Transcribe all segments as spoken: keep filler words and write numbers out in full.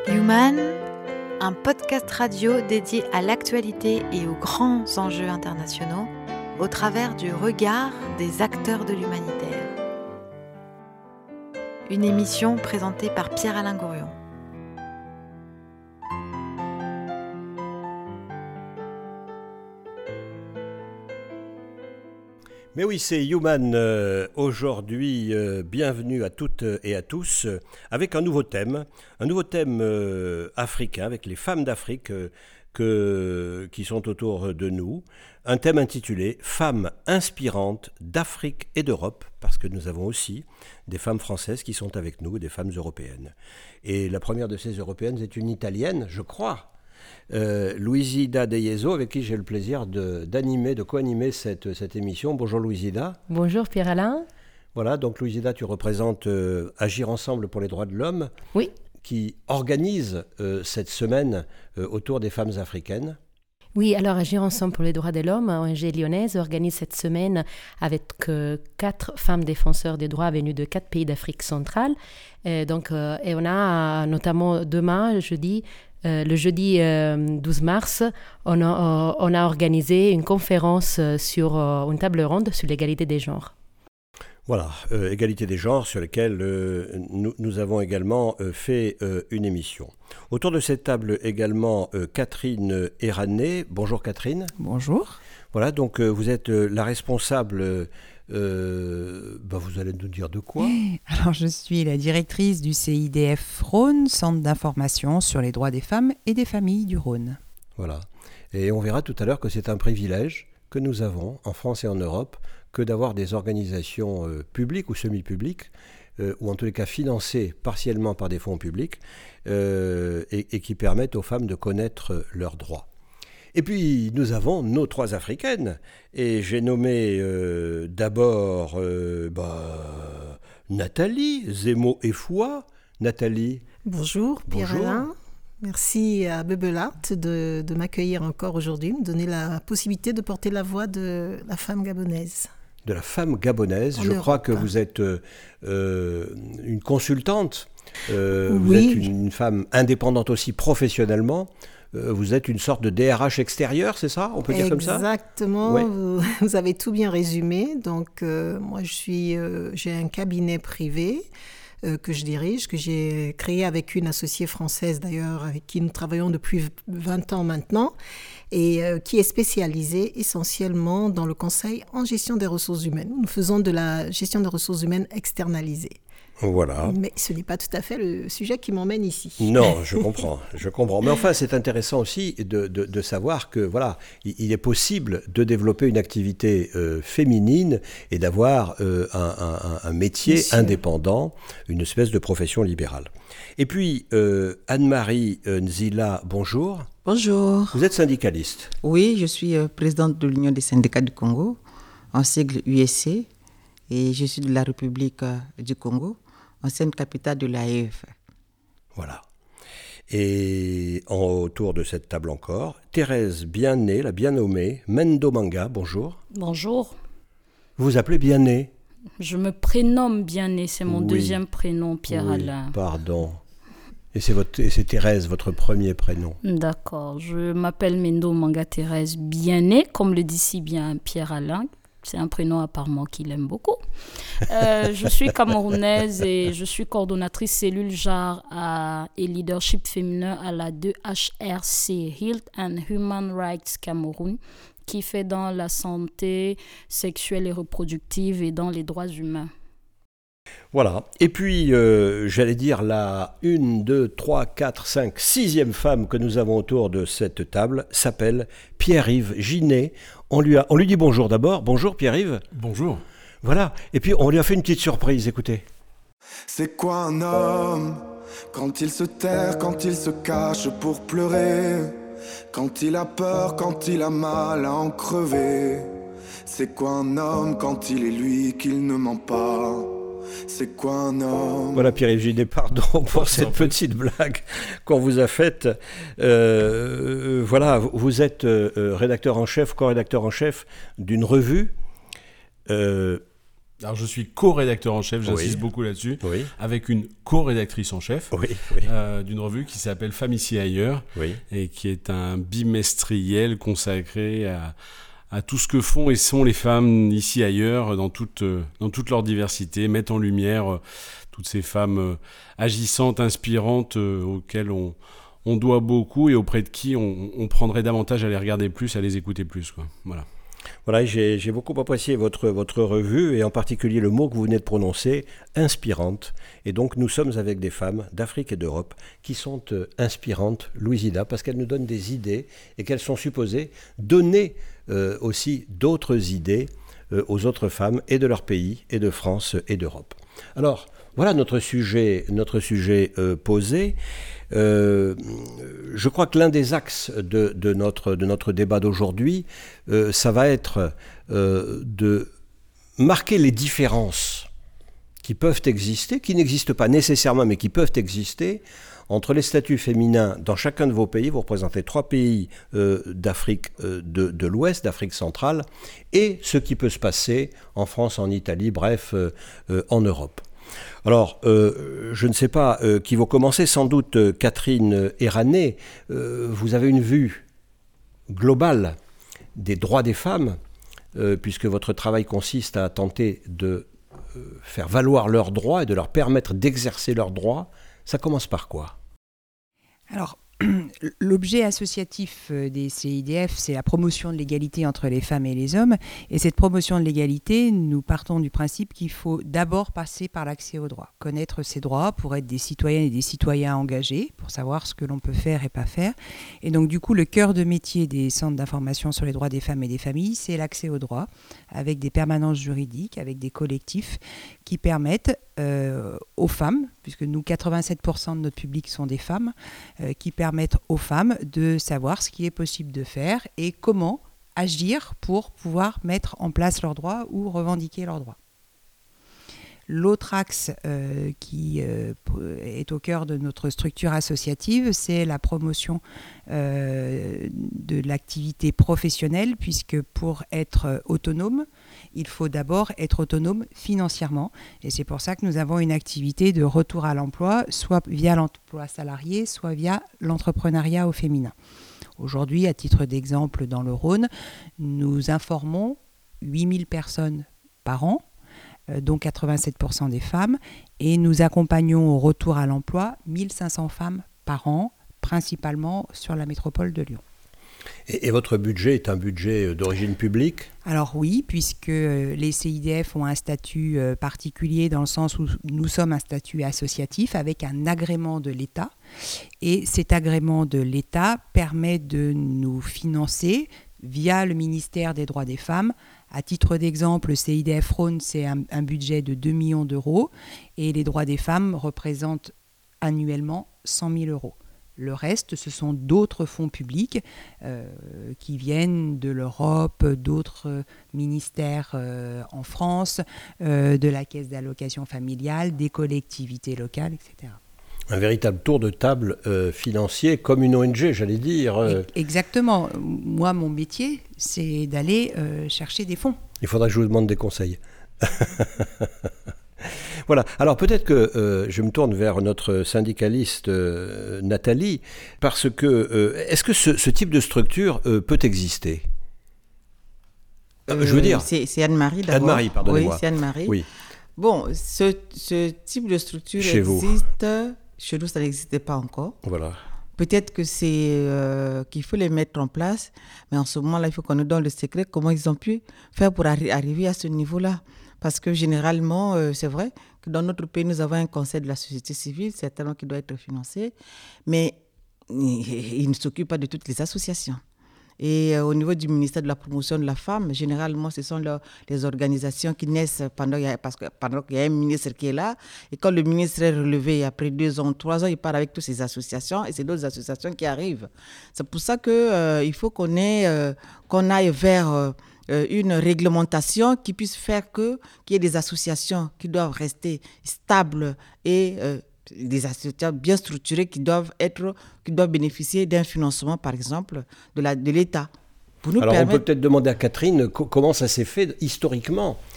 Human, un podcast radio dédié à l'actualité et aux grands enjeux internationaux au travers du regard des acteurs de l'humanitaire. Une émission présentée par Pierre-Alain Gourion. Mais oui, c'est Human euh, aujourd'hui. Euh, bienvenue à toutes et à tous euh, avec un nouveau thème, un nouveau thème euh, africain avec les femmes d'Afrique euh, que, qui sont autour de nous. Un thème intitulé « Femmes inspirantes d'Afrique et d'Europe » parce que nous avons aussi des femmes françaises qui sont avec nous, des femmes européennes. Et la première de ces européennes est une Italienne, je crois. Euh, Luisida De Ieso, avec qui j'ai le plaisir de, d'animer, de co-animer cette, cette émission. Bonjour Luisida. Bonjour Pierre-Alain. Voilà, donc Luisida, tu représentes euh, Agir Ensemble pour les droits de l'homme, oui. qui organise euh, cette semaine euh, autour des femmes africaines. Oui, alors Agir Ensemble pour les droits de l'homme, O N G lyonnaise, organise cette semaine avec euh, quatre femmes défenseurs des droits venues de quatre pays d'Afrique centrale. Et, donc, euh, et on a notamment demain, jeudi, Euh, le jeudi euh, douze mars, on a, euh, on a organisé une conférence sur euh, une table ronde sur l'égalité des genres. Voilà, euh, égalité des genres sur laquelle euh, nous, nous avons également euh, fait euh, une émission. Autour de cette table également, euh, Catherine Erané. Bonjour Catherine. Bonjour. Voilà, donc euh, vous êtes euh, la responsable... Euh, bah vous allez nous dire de quoi ? Alors, je suis la directrice du C I D F Rhône, Centre d'information sur les droits des femmes et des familles du Rhône. Voilà. Et on verra tout à l'heure que c'est un privilège que nous avons en France et en Europe que d'avoir des organisations euh, publiques ou semi-publiques, euh, ou en tous les cas financées partiellement par des fonds publics, euh, et, et qui permettent aux femmes de connaître leurs droits. Et puis, nous avons nos trois Africaines. Et j'ai nommé euh, d'abord euh, bah, Nathalie Zemo-Efoua. Nathalie. Bonjour, Pierre-Alain. Merci à Bebelat de, de m'accueillir encore aujourd'hui, me donner la possibilité de porter la voix de la femme gabonaise. De la femme gabonaise. En Je Europe. crois que vous êtes euh, une consultante. Euh, oui. Vous êtes une, une femme indépendante aussi professionnellement. Vous êtes une sorte de D R H extérieur, c'est ça ? On peut dire Exactement, comme ça ? Exactement, ouais. vous, vous avez tout bien résumé. Donc, euh, moi, je suis, euh, j'ai un cabinet privé euh, que je dirige, que j'ai créé avec une associée française d'ailleurs, avec qui nous travaillons depuis vingt ans maintenant, et euh, qui est spécialisée essentiellement dans le conseil en gestion des ressources humaines. Nous faisons de la gestion des ressources humaines externalisée. Voilà. Mais ce n'est pas tout à fait le sujet qui m'emmène ici. Non, je comprends, je comprends. Mais enfin, c'est intéressant aussi de, de, de savoir que voilà, il est possible de développer une activité euh, féminine et d'avoir euh, un, un, un métier Monsieur. indépendant, une espèce de profession libérale. Et puis, euh, Anne-Marie euh, Nzila, bonjour. Bonjour. Vous êtes syndicaliste ? Oui, je suis euh, présidente de l'Union des syndicats du Congo, en sigle U S C, et je suis de la République euh, du Congo, ancienne capitale de l'A E F. Voilà. Et en, autour de cette table encore, Thérèse Bien-Née, la bien nommée, Mendo Manga, bonjour. Bonjour. Vous vous appelez Bien-Née ? Je me prénomme Bien-Née, c'est mon oui. deuxième prénom, Pierre-Alain. Oui, pardon. Et c'est, votre, et c'est Thérèse, votre premier prénom. D'accord. Je m'appelle Mendo Manga Thérèse Bien-Née, comme le dit si bien Pierre-Alain. C'est un prénom apparemment qu'il aime beaucoup. Euh, je suis camerounaise et je suis coordonnatrice cellule genre à, et leadership féminin à la deux H R C, Health and Human Rights Cameroun, qui fait dans la santé sexuelle et reproductive et dans les droits humains. Voilà. Et puis, euh, j'allais dire la une, deux, trois, quatre, cinq, sixième femme que nous avons autour de cette table s'appelle Pierre-Yves Ginet. On lui, a, on lui dit bonjour d'abord. Bonjour Pierre-Yves. Bonjour. Voilà. Et puis, on lui a fait une petite surprise. Écoutez. C'est quoi un homme quand il se terre, quand il se cache pour pleurer, quand il a peur, quand il a mal à en crever. C'est quoi un homme quand il est lui qu'il ne ment pas? C'est quoi un homme? Voilà Pierre-Yves Ginet, pardon pour cette petite blague qu'on vous a faite. Euh, voilà, vous êtes euh, rédacteur en chef, co-rédacteur en chef d'une revue. Euh, Alors, je suis co-rédacteur en chef, j'insiste oui. beaucoup là-dessus, oui. avec une co-rédactrice en chef oui, oui. Euh, d'une revue qui s'appelle Femmes ici et ailleurs, oui. et qui est un bimestriel consacré à, à tout ce que font et sont les femmes ici et ailleurs, dans toute, dans toute leur diversité, mettent en lumière toutes ces femmes agissantes, inspirantes, euh, auxquelles on, on doit beaucoup et auprès de qui on, on prendrait davantage à les regarder plus, à les écouter plus, quoi. Voilà. Voilà, j'ai, j'ai beaucoup apprécié votre, votre revue et en particulier le mot que vous venez de prononcer, inspirante. Et donc nous sommes avec des femmes d'Afrique et d'Europe qui sont euh, inspirantes, Louise-Ida, parce qu'elles nous donnent des idées et qu'elles sont supposées donner euh, aussi d'autres idées euh, aux autres femmes et de leur pays et de France et d'Europe. Alors, voilà notre sujet, notre sujet euh, posé. Euh, je crois que l'un des axes de, de, notre, de notre débat d'aujourd'hui, euh, ça va être euh, de marquer les différences qui peuvent exister, qui n'existent pas nécessairement, mais qui peuvent exister, entre les statuts féminins dans chacun de vos pays. Vous représentez trois pays euh, d'Afrique euh, de, de l'Ouest, d'Afrique centrale, et ce qui peut se passer en France, en Italie, bref, euh, euh, en Europe. Alors, euh, je ne sais pas euh, qui va commencer, sans doute euh, Catherine Erané, euh, vous avez une vue globale des droits des femmes, euh, puisque votre travail consiste à tenter de euh, faire valoir leurs droits et de leur permettre d'exercer leurs droits. Ça commence par quoi ? Alors, l'objet associatif des C I D F, c'est la promotion de l'égalité entre les femmes et les hommes. Et cette promotion de l'égalité, nous partons du principe qu'il faut d'abord passer par l'accès aux droits. Connaître ses droits pour être des citoyennes et des citoyens engagés, pour savoir ce que l'on peut faire et pas faire. Et donc, du coup, le cœur de métier des centres d'information sur les droits des femmes et des familles, c'est l'accès aux droits, avec des permanences juridiques, avec des collectifs qui permettent euh, aux femmes, puisque nous, quatre-vingt-sept pour cent de notre public sont des femmes, euh, qui permettent aux femmes de savoir ce qui est possible de faire et comment agir pour pouvoir mettre en place leurs droits ou revendiquer leurs droits. L'autre axe euh, qui euh, est au cœur de notre structure associative, c'est la promotion euh, de l'activité professionnelle, puisque pour être autonome, il faut d'abord être autonome financièrement. Et c'est pour ça que nous avons une activité de retour à l'emploi, soit via l'emploi salarié, soit via l'entrepreneuriat au féminin. Aujourd'hui, à titre d'exemple, dans le Rhône, nous informons huit mille personnes par an, dont quatre-vingt-sept pour cent des femmes, et nous accompagnons au retour à l'emploi mille cinq cents femmes par an, principalement sur la métropole de Lyon. Et, et votre budget est un budget d'origine publique ? Alors oui, puisque les C I D F ont un statut particulier dans le sens où nous sommes un statut associatif avec un agrément de l'État. Et cet agrément de l'État permet de nous financer via le ministère des Droits des Femmes. À titre d'exemple, le C I D F Rhône, c'est un, un budget de deux millions d'euros et les droits des femmes représentent annuellement cent mille euros. Le reste, ce sont d'autres fonds publics euh, qui viennent de l'Europe, d'autres ministères euh, en France, euh, de la Caisse d'allocation familiale, des collectivités locales, et cetera. Un véritable tour de table euh, financier, comme une O N G, j'allais dire. Euh. Exactement. Moi, mon métier, c'est d'aller euh, chercher des fonds. Il faudra que je vous demande des conseils. Voilà. Alors peut-être que euh, je me tourne vers notre syndicaliste euh, Nathalie, parce que euh, est-ce que ce, ce type de structure euh, peut exister ? euh, Je veux dire... C'est, c'est Anne-Marie d'abord. Anne-Marie, pardonnez-moi. Oui, c'est Anne-Marie. Oui. Bon, ce, ce type de structure Chez existe... vous. Chez nous, ça n'existait pas encore. Voilà. Peut-être que c'est euh, qu'il faut les mettre en place, mais en ce moment-là, il faut qu'on nous donne le secret, comment ils ont pu faire pour arri- arriver à ce niveau-là. Parce que généralement, euh, c'est vrai que dans notre pays, nous avons un conseil de la société civile, certainement qui doit être financé, mais il, il ne s'occupe pas de toutes les associations. Et euh, au niveau du ministère de la promotion de la femme, généralement, ce sont le, les organisations qui naissent pendant, parce que, pendant qu'il y a un ministre qui est là. Et quand le ministre est relevé, après deux ans, trois ans, il part avec toutes ces associations et c'est d'autres associations qui arrivent. C'est pour ça qu'il euh, faut qu'on, ait, euh, qu'on aille vers euh, une réglementation qui puisse faire que, qu'il y ait des associations qui doivent rester stables et euh, des associations bien structurées qui doivent être, qui doivent bénéficier d'un financement, par exemple, de, la, de l'État. Pour nous Alors permettre... on peut peut-être demander à Catherine co- comment ça s'est fait historiquement.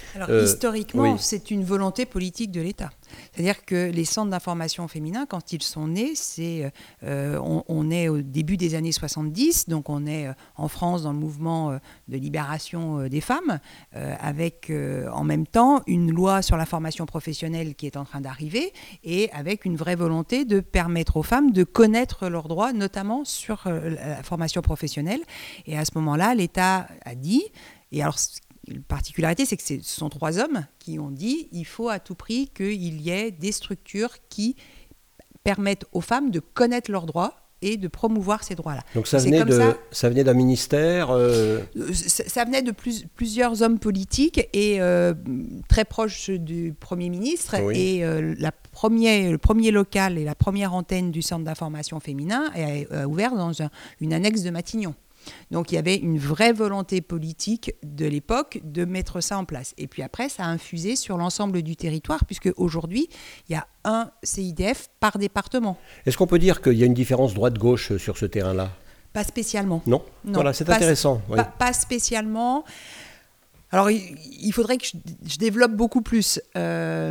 Alors, euh, historiquement, oui. c'est une volonté politique de l'État. C'est-à-dire que les centres d'information féminin, quand ils sont nés, c'est, euh, on, on est au début des années soixante-dix, donc on est euh, en France dans le mouvement euh, de libération euh, des femmes, euh, avec euh, en même temps une loi sur la formation professionnelle qui est en train d'arriver, et avec une vraie volonté de permettre aux femmes de connaître leurs droits, notamment sur euh, la formation professionnelle. Et à ce moment-là, l'État a dit, et alors... La particularité, c'est que ce sont trois hommes qui ont dit qu'il faut à tout prix qu'il y ait des structures qui permettent aux femmes de connaître leurs droits et de promouvoir ces droits-là. Donc ça venait, de, ça... ça venait d'un ministère euh... ça, ça venait de plus, plusieurs hommes politiques et euh, très proches du Premier ministre. Oui. Et euh, la premier, le premier local et la première antenne du Centre d'information féminin est euh, ouvert dans un, une annexe de Matignon. Donc il y avait une vraie volonté politique de l'époque de mettre ça en place. Et puis après, ça a infusé sur l'ensemble du territoire, puisque aujourd'hui, il y a un C I D F par département. Est-ce qu'on peut dire qu'il y a une différence droite-gauche sur ce terrain-là ? Pas spécialement. Non, non. Voilà, c'est pas, intéressant. Pas, oui. pas spécialement. Alors, il faudrait que je, je développe beaucoup plus. Euh,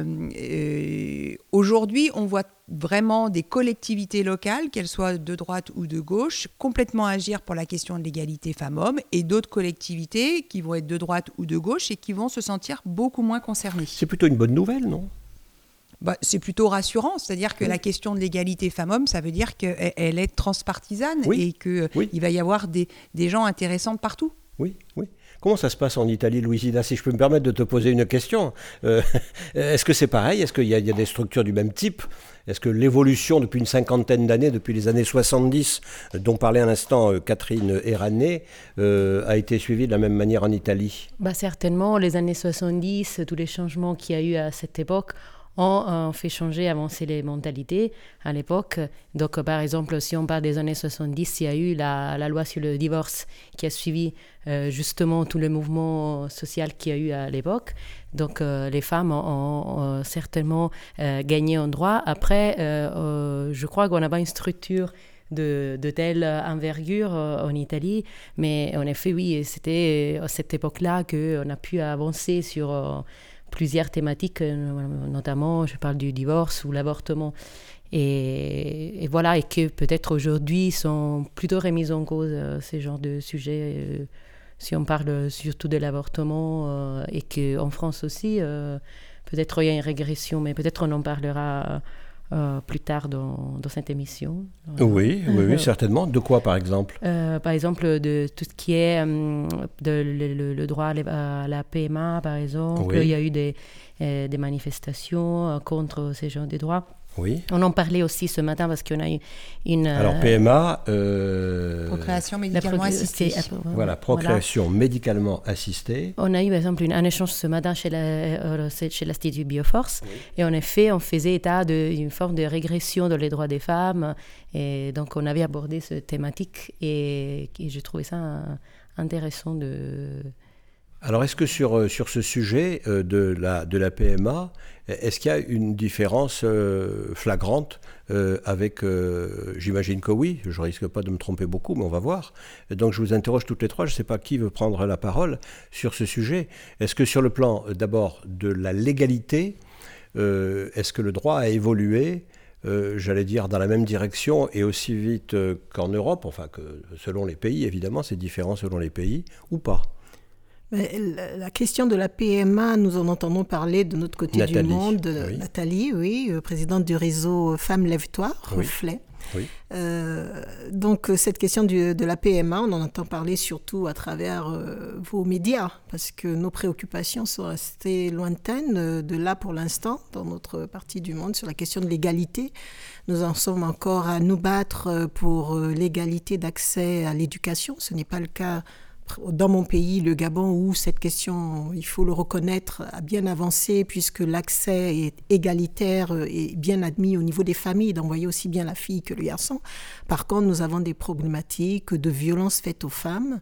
euh, aujourd'hui, on voit vraiment des collectivités locales, qu'elles soient de droite ou de gauche, complètement agir pour la question de l'égalité femmes-hommes, et d'autres collectivités qui vont être de droite ou de gauche et qui vont se sentir beaucoup moins concernées. C'est plutôt une bonne nouvelle, non ? Bah, c'est plutôt rassurant, c'est-à-dire que oui. la question de l'égalité femmes-hommes, ça veut dire qu'elle est transpartisane oui. et qu'il oui. va y avoir des, des gens intéressants partout. Oui, oui. Comment ça se passe en Italie, Louisida ? Si je peux me permettre de te poser une question, euh, est-ce que c'est pareil ? Est-ce qu'il y a, il y a des structures du même type ? Est-ce que l'évolution depuis une cinquantaine d'années, depuis les années soixante-dix, dont parlait à l'instant euh, Catherine Erané, euh, a été suivie de la même manière en Italie ? Bah, certainement, les années soixante-dix, tous les changements qu'il y a eu à cette époque ont fait changer, avancer les mentalités à l'époque. Donc, par exemple, si on parle des années soixante-dix, il y a eu la, la loi sur le divorce qui a suivi euh, justement tout le mouvement social qu'il y a eu à l'époque. Donc, euh, les femmes ont, ont, ont certainement euh, gagné en droit. Après, euh, euh, je crois qu'on n'a pas une structure de, de telle envergure euh, en Italie, mais en effet, oui, c'était à cette époque-là qu'on a pu avancer sur... Euh, plusieurs thématiques, notamment, je parle du divorce ou l'avortement. Et, et voilà, et que peut-être aujourd'hui sont plutôt remises en cause euh, ces genres de sujets, euh, si on parle surtout de l'avortement, euh, et qu'en France aussi, euh, peut-être il y a une régression, mais peut-être on en parlera euh, plus tard dans, dans cette émission. Oui, oui, oui, certainement. De quoi, par exemple ? euh, Par exemple, de tout ce qui est euh, de, le, le, le droit à la P M A, par exemple. Oui. Il y a eu des, euh, des manifestations contre ces genres de droits. Oui. On en parlait aussi ce matin parce qu'on a eu une... Alors, P M A... Euh... Procréation médicalement procré- assistée. Voilà, procréation voilà. médicalement assistée. On a eu, par exemple, une, un échange ce matin chez, la, euh, chez l'Institut Bioforce. Oui. Et en effet, on faisait état d'une forme de régression dans les droits des femmes. Et donc, on avait abordé cette thématique. Et, et j'ai trouvé ça intéressant de... Alors, est-ce que sur, sur ce sujet euh, de, la, de la P M A, est-ce qu'il y a une différence euh, flagrante euh, avec, euh, j'imagine que oui, je ne risque pas de me tromper beaucoup, mais on va voir. Donc je vous interroge toutes les trois, je ne sais pas qui veut prendre la parole sur ce sujet. Est-ce que sur le plan d'abord de la légalité, euh, est-ce que le droit a évolué Euh, j'allais dire dans la même direction et aussi vite euh, qu'en Europe, enfin que selon les pays, évidemment, c'est différent selon les pays, ou pas ? Mais la, la question de la P M A, nous en entendons parler de notre côté Nathalie, du monde. oui. Nathalie, oui, euh, présidente du réseau Femmes Lève-toi, oui. Reflet. Oui. Euh, donc cette question du, de la P M A, on en entend parler surtout à travers euh, vos médias, parce que nos préoccupations sont restées lointaines de là pour l'instant, dans notre partie du monde, sur la question de l'égalité. Nous en sommes encore à nous battre pour l'égalité d'accès à l'éducation. Ce n'est pas le cas dans mon pays, le Gabon, où cette question, il faut le reconnaître, a bien avancé, puisque l'accès est égalitaire et bien admis au niveau des familles, d'envoyer aussi bien la fille que le garçon. Par contre, nous avons des problématiques de violences faites aux femmes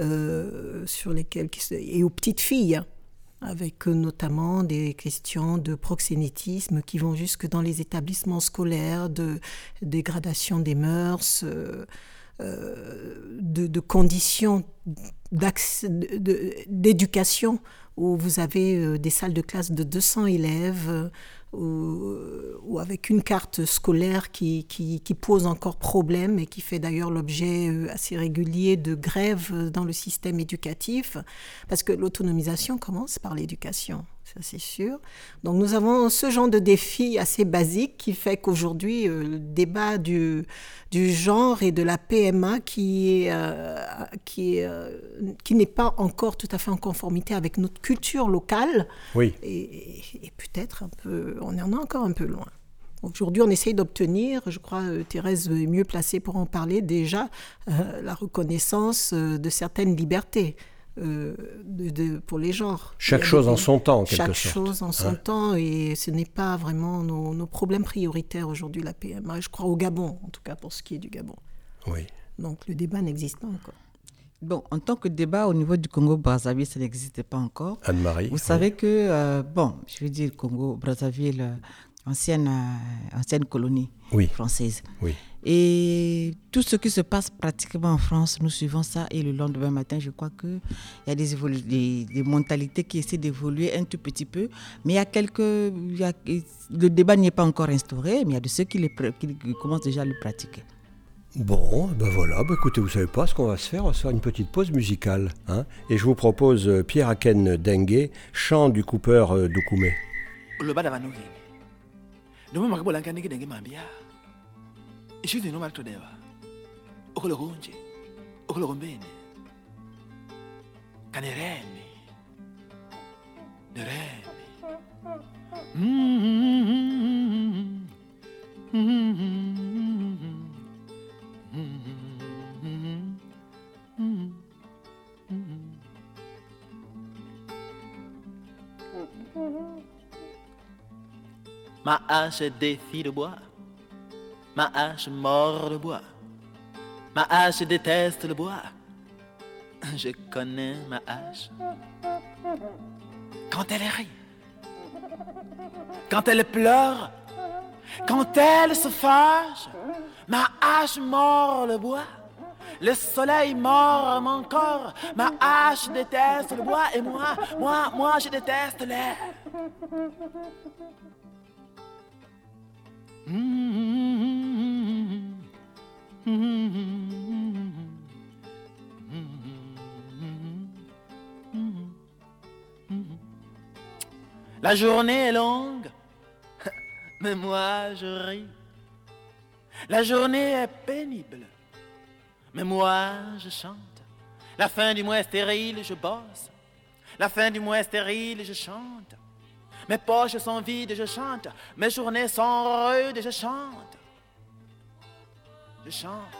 euh, sur lesquelles, et aux petites filles, avec notamment des questions de proxénétisme qui vont jusque dans les établissements scolaires, de dégradation des mœurs, euh, euh, de, de conditions de, de, d'éducation où vous avez euh, des salles de classe de deux cents élèves, euh, ou, ou avec une carte scolaire qui, qui, qui pose encore problème et qui fait d'ailleurs l'objet euh, assez régulier de grèves dans le système éducatif, parce que l'autonomisation commence par l'éducation, ça c'est sûr. Donc nous avons ce genre de défi assez basique qui fait qu'aujourd'hui euh, le débat du, du genre et de la P M A qui, est, euh, qui, est, euh, qui n'est pas encore tout à fait en conformité avec notre culture locale, oui. et, et, et peut-être un peu, on en est encore un peu loin. Aujourd'hui, on essaye d'obtenir, je crois euh, Thérèse est mieux placée pour en parler, déjà euh, la reconnaissance euh, de certaines libertés. Euh, de, de, pour les genres. Chaque chose des, en son temps, en quelque chaque sorte. Chaque chose en son hein? temps, et ce n'est pas vraiment nos, nos problèmes prioritaires aujourd'hui, la P M A. Je crois au Gabon, en tout cas pour ce qui est du Gabon. Oui. Donc le débat n'existe pas encore. Bon, en tant que débat au niveau du Congo-Brazzaville, ça n'existait pas encore. Anne-Marie. Vous oui. savez que, euh, bon, je veux dire, Congo-Brazzaville, euh, ancienne, euh, ancienne colonie oui. française. Oui. Et tout ce qui se passe pratiquement en France, nous suivons ça. Et le lendemain matin, je crois qu'il y a des, évolu- des, des mentalités qui essaient d'évoluer un tout petit peu. Mais il y a quelques... Il y a, le débat n'est pas encore instauré, mais il y a de ceux qui, les, qui, qui commencent déjà à le pratiquer. Bon, ben voilà, ben écoutez, vous savez pas ce qu'on va se faire, on va se faire une petite pause musicale. Hein, et je vous propose euh, Pierre Aken Dengue, chant du Cooper euh, Doucoumé. Ishudi no marto deva. Okolo gonje. Okolo gombene. Kanereni. Nereni. Mm-hmm. Mm-hmm. Mm-hmm. Mm-hmm. Ma hache défie de bois. Ma hache mord le bois. Ma hache déteste le bois. Je connais ma hache. Quand elle rit, quand elle pleure, quand elle se fâche, ma hache mord le bois. Le soleil mord mon corps. Ma hache déteste le bois. Et moi, moi, moi, je déteste l'air. Mm-hmm. Mm-hmm. Mm-hmm. La journée est longue, mais moi je ris. La journée est pénible, mais moi je chante. La fin du mois est stérile, je bosse. La fin du mois est stérile, je chante. Mes poches sont vides, je chante. Mes journées sont rudes, je chante. Je chante.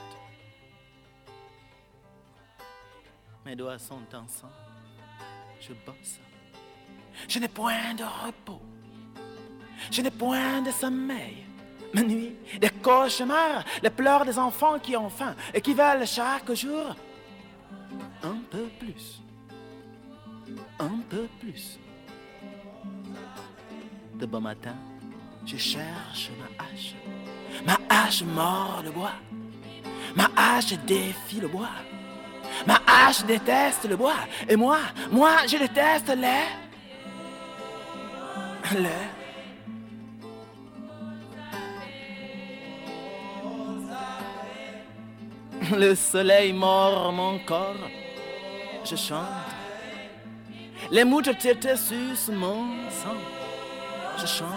Mes doigts sont ensemble. Je bosse. Je n'ai point de repos. Je n'ai point de sommeil. Mes nuits, des cauchemars, les pleurs des enfants qui ont faim et qui veulent chaque jour un peu plus. Un peu plus. De bon matin, je cherche ma hache. Ma hache mord le bois. Ma hache défie le bois. Ma hache déteste le bois. Et moi, moi, je déteste l'air. L'air. Le soleil mord mon corps. Je chante. Les mouches tétées sucent mon sang. Je chante.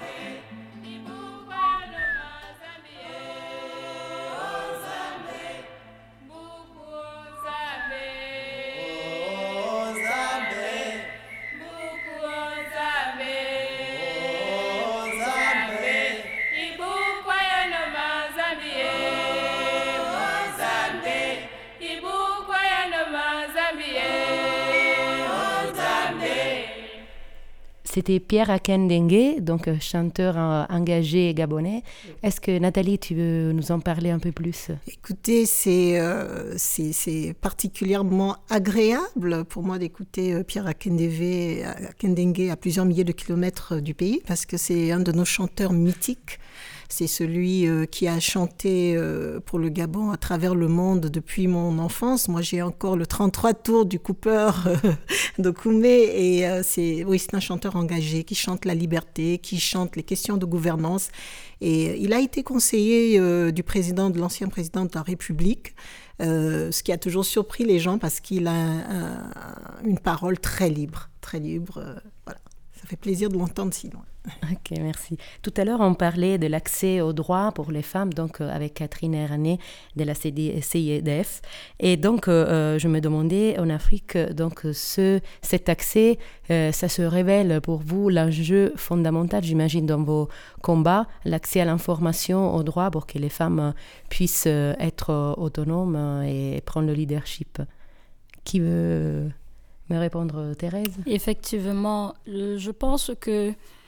C'était Pierre Aken Dengue, donc chanteur euh, engagé gabonais. Est-ce que Nathalie, tu veux nous en parler un peu plus ? Écoutez, c'est, euh, c'est, c'est particulièrement agréable pour moi d'écouter euh, Pierre Aken Dengue à plusieurs milliers de kilomètres du pays, parce que c'est un de nos chanteurs mythiques. C'est celui euh, qui a chanté euh, pour le Gabon à travers le monde depuis mon enfance. Moi, j'ai encore le trente-trois tours du Cooper euh, de Koumé. Et euh, c'est, oui, c'est un chanteur engagé qui chante la liberté, qui chante les questions de gouvernance. Et il a été conseiller euh, du président, de l'ancien président de la République, euh, ce qui a toujours surpris les gens parce qu'il a un, un, une parole très libre, très libre. Euh, voilà. Ça fait plaisir de l'entendre si loin. Ok, merci. Tout à l'heure, on parlait de l'accès aux droits pour les femmes, donc euh, avec Catherine Erané de la C I D F. Et donc, euh, je me demandais, en Afrique, donc ce, cet accès, euh, ça se révèle pour vous l'enjeu fondamental, j'imagine, dans vos combats, l'accès à l'information, aux droits, pour que les femmes puissent être autonomes et prendre le leadership. Qui veut me répondre, Thérèse? Effectivement, je pense que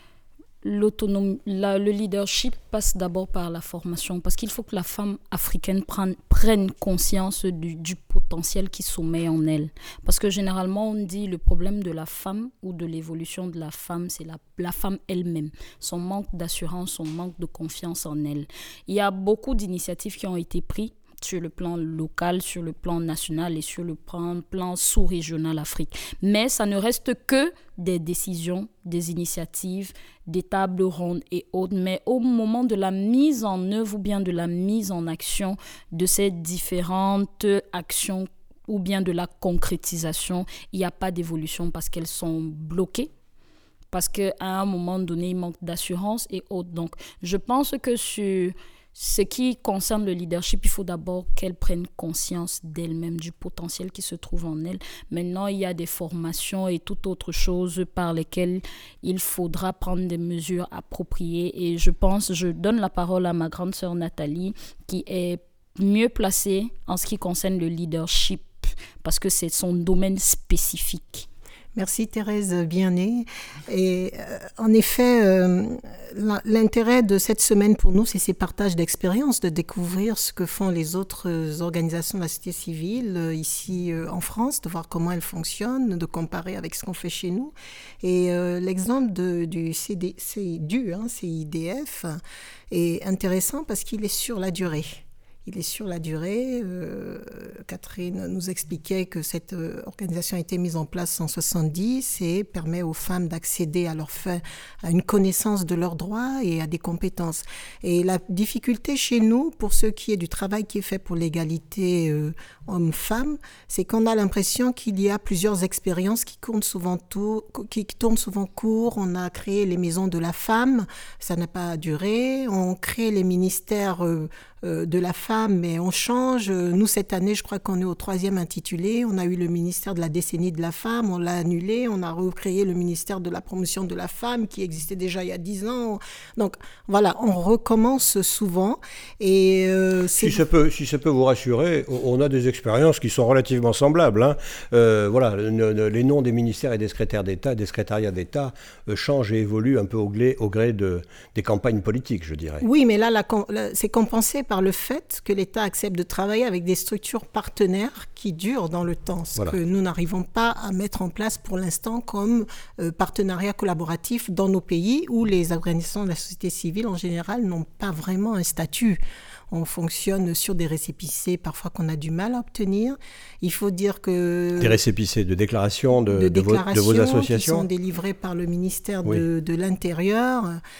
l'autonomie, la, le leadership passe d'abord par la formation, parce qu'il faut que la femme africaine prenne, prenne conscience du, du potentiel qui sommeille en elle. Parce que généralement, on dit le problème de la femme ou de l'évolution de la femme, c'est la, la femme elle-même, son manque d'assurance, son manque de confiance en elle. Il y a beaucoup d'initiatives qui ont été prises sur le plan local, sur le plan national et sur le plan, plan sous-régional Afrique. Mais ça ne reste que des décisions, des initiatives, des tables rondes et autres. Mais au moment de la mise en œuvre ou bien de la mise en action de ces différentes actions ou bien de la concrétisation, il n'y a pas d'évolution parce qu'elles sont bloquées. Parce qu'à un moment donné, il manque d'assurance et autres. Donc, je pense que sur ce qui concerne le leadership, il faut d'abord qu'elle prenne conscience d'elle-même, du potentiel qui se trouve en elle. Maintenant, il y a des formations et toute autre chose par lesquelles il faudra prendre des mesures appropriées. Et je pense, je donne la parole à ma grande sœur Nathalie, qui est mieux placée en ce qui concerne le leadership, parce que c'est son domaine spécifique. Merci Thérèse Bien-Née. Et euh, en effet, euh, l'intérêt de cette semaine pour nous, c'est ces partages d'expériences, de découvrir ce que font les autres organisations de la société civile euh, ici euh, en France, de voir comment elles fonctionnent, de comparer avec ce qu'on fait chez nous. Et euh, l'exemple de, du C D, C, du hein, C I D F est intéressant parce qu'il est sur la durée. Il est sur la durée. Euh, Catherine nous expliquait que cette euh, organisation a été mise en place en soixante-dix et permet aux femmes d'accéder à, leur fin, à une connaissance de leurs droits et à des compétences. Et la difficulté chez nous, pour ce qui est du travail qui est fait pour l'égalité euh, hommes-femmes, c'est qu'on a l'impression qu'il y a plusieurs expériences qui, comptent souvent tout, qui tournent souvent court. On a créé les maisons de la femme, ça n'a pas duré. On crée les ministères euh, de la femme, mais on change. Nous, cette année, je crois qu'on est au troisième intitulé. On a eu le ministère de la décennie de la femme, on l'a annulé. On a recréé le ministère de la promotion de la femme qui existait déjà il y a dix ans. Donc, voilà, on recommence souvent. Et euh, si, ça peut, si ça peut vous rassurer, on a des expériences qui sont relativement semblables. Hein. Euh, voilà, les noms des ministères et des secrétaires d'État, des secrétariats d'État euh, changent et évoluent un peu au gré, au gré de, des campagnes politiques, je dirais. Oui, mais là, la, la, c'est compensé par le fait que l'État accepte de travailler avec des structures partenaires qui durent dans le temps, ce voilà. que nous n'arrivons pas à mettre en place pour l'instant comme euh, partenariat collaboratif dans nos pays où les organisations de la société civile en général n'ont pas vraiment un statut. On fonctionne sur des récépissés parfois qu'on a du mal à obtenir. Il faut dire que... Des récépissés de déclaration de, de, de, déclarations vos, de vos associations qui sont délivrés par le ministère oui. de, de l'Intérieur.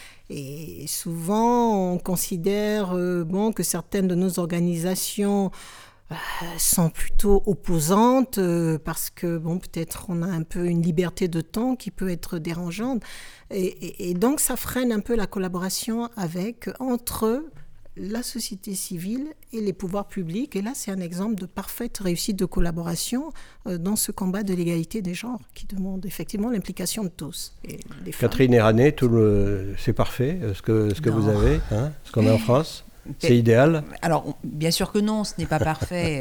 Et souvent, on considère euh, bon, que certaines de nos organisations euh, sont plutôt opposantes euh, parce que bon, peut-être on a un peu une liberté de ton qui peut être dérangeante. Et, et, et donc, ça freine un peu la collaboration avec, entre la société civile et les pouvoirs publics. Et là, c'est un exemple de parfaite réussite de collaboration euh, dans ce combat de l'égalité des genres qui demande effectivement l'implication de tous. Et des Catherine Erané, tout le... c'est parfait ce que, ce que vous avez, hein, ce qu'on a en France. C'est idéal? Alors, bien sûr que non, ce n'est pas parfait.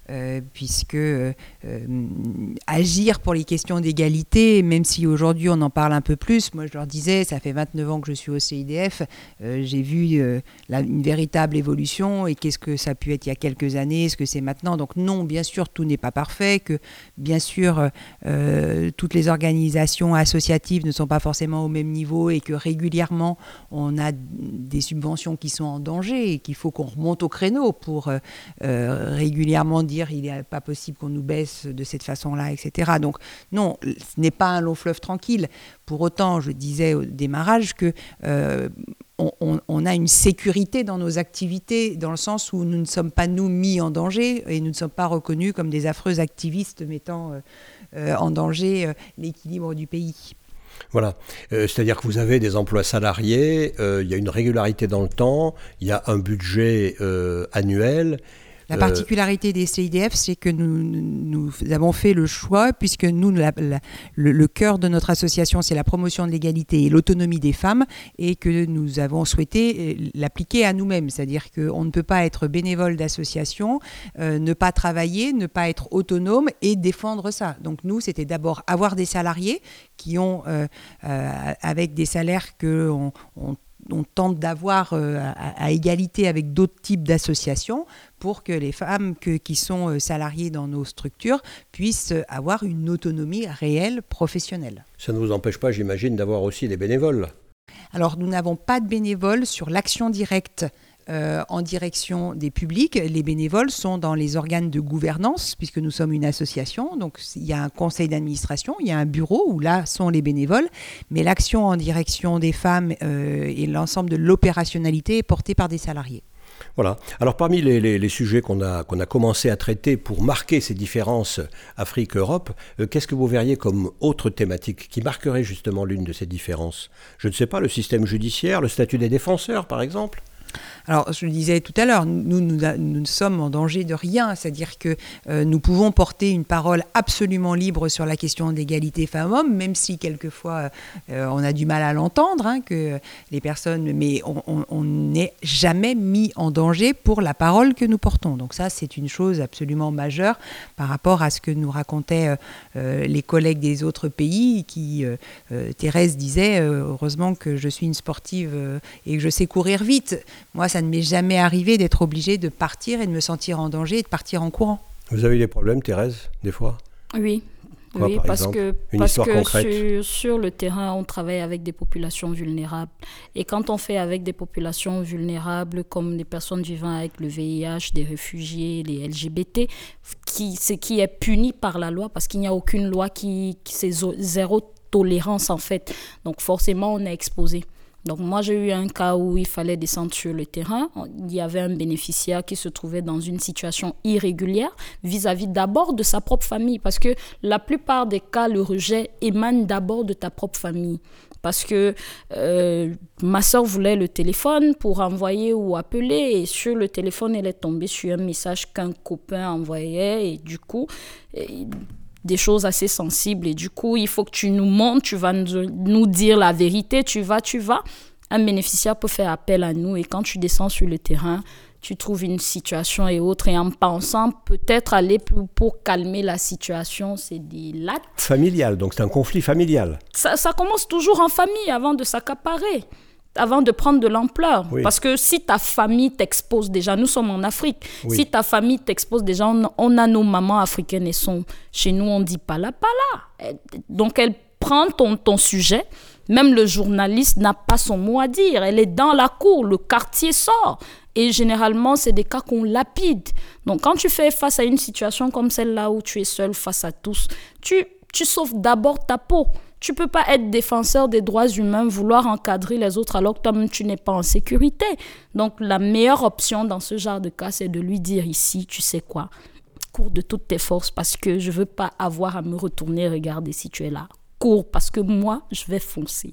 euh, puisque euh, euh, agir pour les questions d'égalité, même si aujourd'hui on en parle un peu plus, moi je leur disais, ça fait vingt-neuf ans que je suis au C I D F, euh, j'ai vu euh, la, une véritable évolution, et qu'est-ce que ça a pu être il y a quelques années, ce que c'est maintenant. Donc non, bien sûr, tout n'est pas parfait, que bien sûr, euh, toutes les organisations associatives ne sont pas forcément au même niveau, et que régulièrement, on a des subventions qui sont en danger et qu'il faut qu'on remonte au créneau pour euh, euh, régulièrement dire il n'est pas possible qu'on nous baisse de cette façon-là, et cetera. Donc non, ce n'est pas un long fleuve tranquille. Pour autant, je disais au démarrage que euh, on, on, on a une sécurité dans nos activités, dans le sens où nous ne sommes pas, nous, mis en danger, et nous ne sommes pas reconnus comme des affreux activistes mettant euh, euh, en danger euh, l'équilibre du pays. Voilà, euh, c'est-à-dire que vous avez des emplois salariés, euh, il y a une régularité dans le temps, il y a un budget euh, annuel. La particularité des C I D F, c'est que nous, nous avons fait le choix, puisque nous, la, la, le, le cœur de notre association, c'est la promotion de l'égalité et l'autonomie des femmes, et que nous avons souhaité l'appliquer à nous-mêmes. C'est-à-dire qu'on ne peut pas être bénévole d'association, euh, ne pas travailler, ne pas être autonome et défendre ça. Donc nous, c'était d'abord avoir des salariés qui ont, euh, euh, avec des salaires qu'on on, on tente d'avoir euh, à, à égalité avec d'autres types d'associations, pour que les femmes que, qui sont salariées dans nos structures puissent avoir une autonomie réelle, professionnelle. Ça ne vous empêche pas, j'imagine, d'avoir aussi des bénévoles? Alors, nous n'avons pas de bénévoles sur l'action directe euh, en direction des publics. Les bénévoles sont dans les organes de gouvernance, puisque nous sommes une association. Donc, il y a un conseil d'administration, il y a un bureau où là sont les bénévoles. Mais l'action en direction des femmes euh, et l'ensemble de l'opérationnalité est portée par des salariés. Voilà. Alors parmi les, les, les sujets qu'on a, qu'on a commencé à traiter pour marquer ces différences Afrique-Europe, euh, qu'est-ce que vous verriez comme autre thématique qui marquerait justement l'une de ces différences? Je ne sais pas, le système judiciaire, le statut des défenseurs par exemple? Alors, je le disais tout à l'heure, nous, nous, nous sommes en danger de rien, c'est-à-dire que euh, nous pouvons porter une parole absolument libre sur la question d'égalité femmes-hommes, même si quelquefois euh, on a du mal à l'entendre, hein, que les personnes, mais on n'est jamais mis en danger pour la parole que nous portons. Donc ça, c'est une chose absolument majeure par rapport à ce que nous racontaient euh, les collègues des autres pays, qui, euh, euh, Thérèse disait, euh, heureusement que je suis une sportive euh, et que je sais courir vite. Moi, ça ne m'est jamais arrivé d'être obligée de partir et de me sentir en danger et de partir en courant. Vous avez des problèmes, Thérèse, des fois? Oui. Quoi, oui, par parce exemple que, Une parce histoire que concrète. sur, sur le terrain, on travaille avec des populations vulnérables. Et quand on fait avec des populations vulnérables, comme les personnes vivant avec le V I H, des réfugiés, les L G B T, qui, ce qui est puni par la loi, parce qu'il n'y a aucune loi qui, qui c'est zéro tolérance en fait. Donc forcément, on est exposé. Donc moi, j'ai eu un cas où il fallait descendre sur le terrain. Il y avait un bénéficiaire qui se trouvait dans une situation irrégulière vis-à-vis d'abord de sa propre famille. Parce que la plupart des cas, le rejet émane d'abord de ta propre famille. Parce que euh, ma soeur voulait le téléphone pour envoyer ou appeler. Et sur le téléphone, elle est tombée sur un message qu'un copain envoyait. Et du coup... Et, des choses assez sensibles et du coup, il faut que tu nous montres, tu vas nous, nous dire la vérité, tu vas, tu vas. Un bénéficiaire peut faire appel à nous et quand tu descends sur le terrain, tu trouves une situation et autre et en pensant peut-être aller plus pour calmer la situation, c'est des lattes. Familial, donc c'est un conflit familial. Ça, ça commence toujours en famille avant de s'accaparer. Avant de prendre de l'ampleur. Oui. Parce que si ta famille t'expose déjà, nous sommes en Afrique, oui. Si ta famille t'expose déjà, on, on a nos mamans africaines et sont chez nous, on dit pas là, pas là. Donc elle prend ton, ton sujet, même le journaliste n'a pas son mot à dire, elle est dans la cour, le quartier sort. Et généralement, c'est des cas qu'on lapide. Donc quand tu fais face à une situation comme celle-là où tu es seul face à tous, tu, tu sauves d'abord ta peau. Tu ne peux pas être défenseur des droits humains, vouloir encadrer les autres alors que toi-même, tu n'es pas en sécurité. Donc, la meilleure option dans ce genre de cas, c'est de lui dire ici, tu sais quoi, cours de toutes tes forces parce que je ne veux pas avoir à me retourner regarder si tu es là. Cours parce que moi, je vais foncer.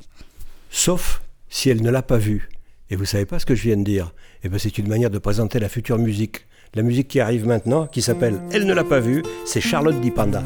Sauf si elle ne l'a pas vu. Et vous ne savez pas ce que je viens de dire. Eh bien, c'est une manière de présenter la future musique. La musique qui arrive maintenant, qui s'appelle « Elle ne l'a pas vu », c'est Charlotte Dipanda.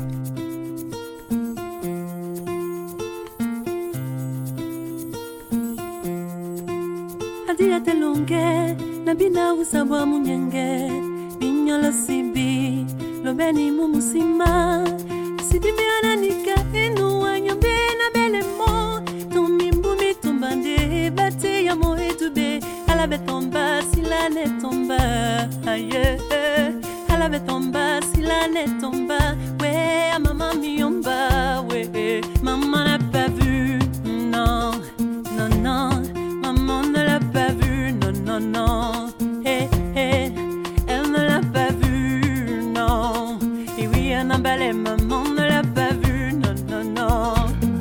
Adia telonge, nabina usabwa munyenge, binyola sibi, lobeni mumusima sidibiana nika enu anyambe na belemo tomimbumi tombande bate ya moetube alabe tomba silane tomba aye alabe tomba silane tomba we mama miomba we maman n'a pas vu non non non maman ne l'a pas vu non non non hey, hey, elle ne l'a pas vu non et oui elle n'a pas les maman ne l'a pas vu non non non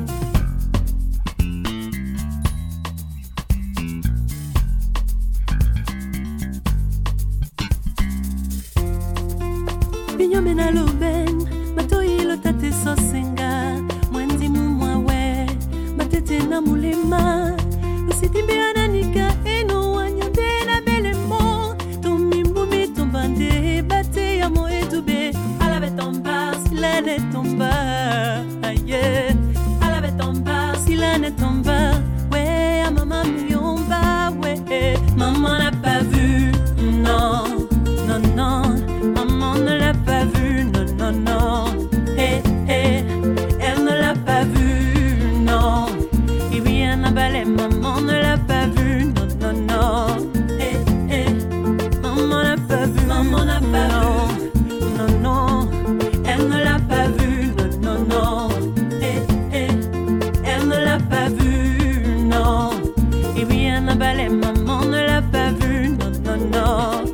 Binyomena loben matoilo tate sosenga mwenzi mumwawe matete na mulema usitimbiana nika eno wanyambe na belemo tomimbumi tombande bate ya moetube alabe tomba silane tomba aye alabe tomba silane tomba we a mama miomba we maman n'a pas vu non non non maman ne l'a pas vu non non non hey, hey, elle ne l'a pas vu non et oui elle n'a pas les maman ne l'a pas vu non non non hey, hey, maman n'a pas vu maman n'a pas vu non non elle ne l'a pas vu non non non hey, hey, elle ne l'a pas vu non et oui elle n'a pas les maman ne l'a pas vu non non non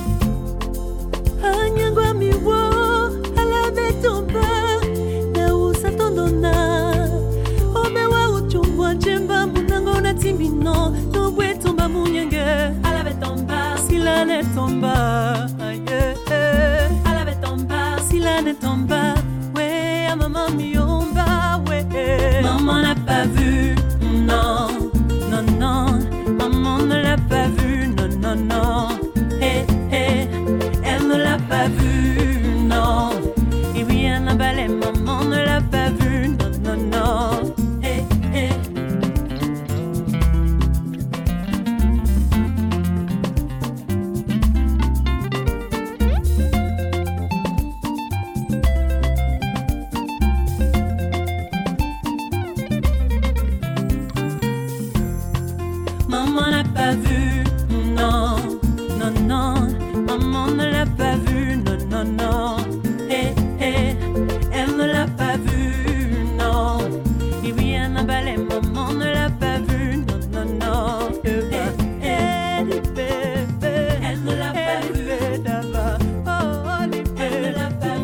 anyangwa miwo alabe tomba na usatondona omewa uchumbwa chemba munango na timbino nobwe tomba munyenge alabe tomba silane tomba aye alabe tomba silane tomba we a maman miomba we maman n'a pas vu non non non maman ne l'a pas vu non non non hey, hey, elle ne l'a pas vu non et oui elle n'a pas les maman ne l'a pas vu non non non hey, hey. Maman n'a pas vu non non non maman ne l'a pas vu non non non hey, hey, elle ne l'a pas vu non et oui elle n'a pas les maman ne l'a pas vu non non non hey, hey, elle ne l'a pas vu elle ne l'a pas vu elle ne l'a pas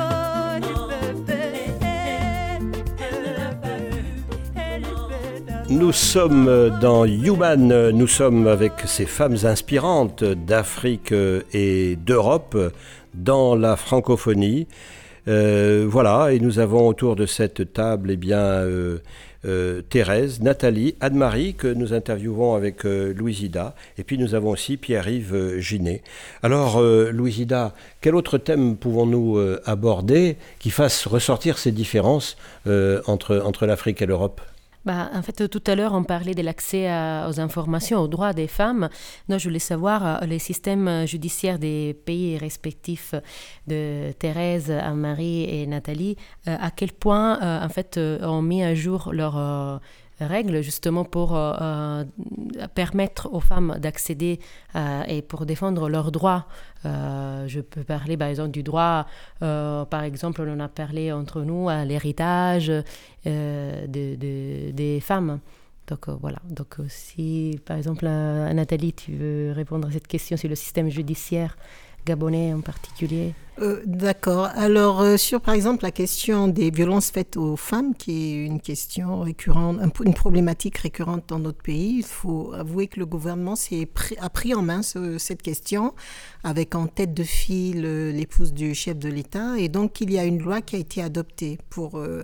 vu Nous sommes dans Human, nous sommes avec ces femmes inspirantes d'Afrique et d'Europe dans la francophonie. Euh, voilà, et nous avons autour de cette table eh bien, euh, euh, Thérèse, Nathalie, Anne-Marie, que nous interviewons avec euh, Louisida, et puis nous avons aussi Pierre-Yves euh, Ginet. Alors, euh, Louisida, quel autre thème pouvons-nous euh, aborder qui fasse ressortir ces différences euh, entre, entre l'Afrique et l'Europe ? Bah, en fait, tout à l'heure, on parlait de l'accès à, aux informations, aux droits des femmes. Donc, je voulais savoir euh, les systèmes judiciaires des pays respectifs de Thérèse, Anne-Marie et Nathalie, euh, à quel point, euh, en fait, euh, ont mis à jour leurs euh, règles, justement pour euh, euh, permettre aux femmes d'accéder euh, et pour défendre leurs droits. Euh, je peux parler par exemple du droit, euh, par exemple on en a parlé entre nous à l'héritage euh, de, de, des femmes. Donc euh, voilà, donc euh, si par exemple euh, Nathalie tu veux répondre à cette question sur le système judiciaire gabonais en particulier. Euh, d'accord. Alors, euh, sur par exemple la question des violences faites aux femmes, qui est une question récurrente, une problématique récurrente dans notre pays, il faut avouer que le gouvernement s'est pris, a pris en main ce, cette question, avec en tête de file l'épouse du chef de l'État. Et donc, il y a une loi qui a été adoptée pour euh,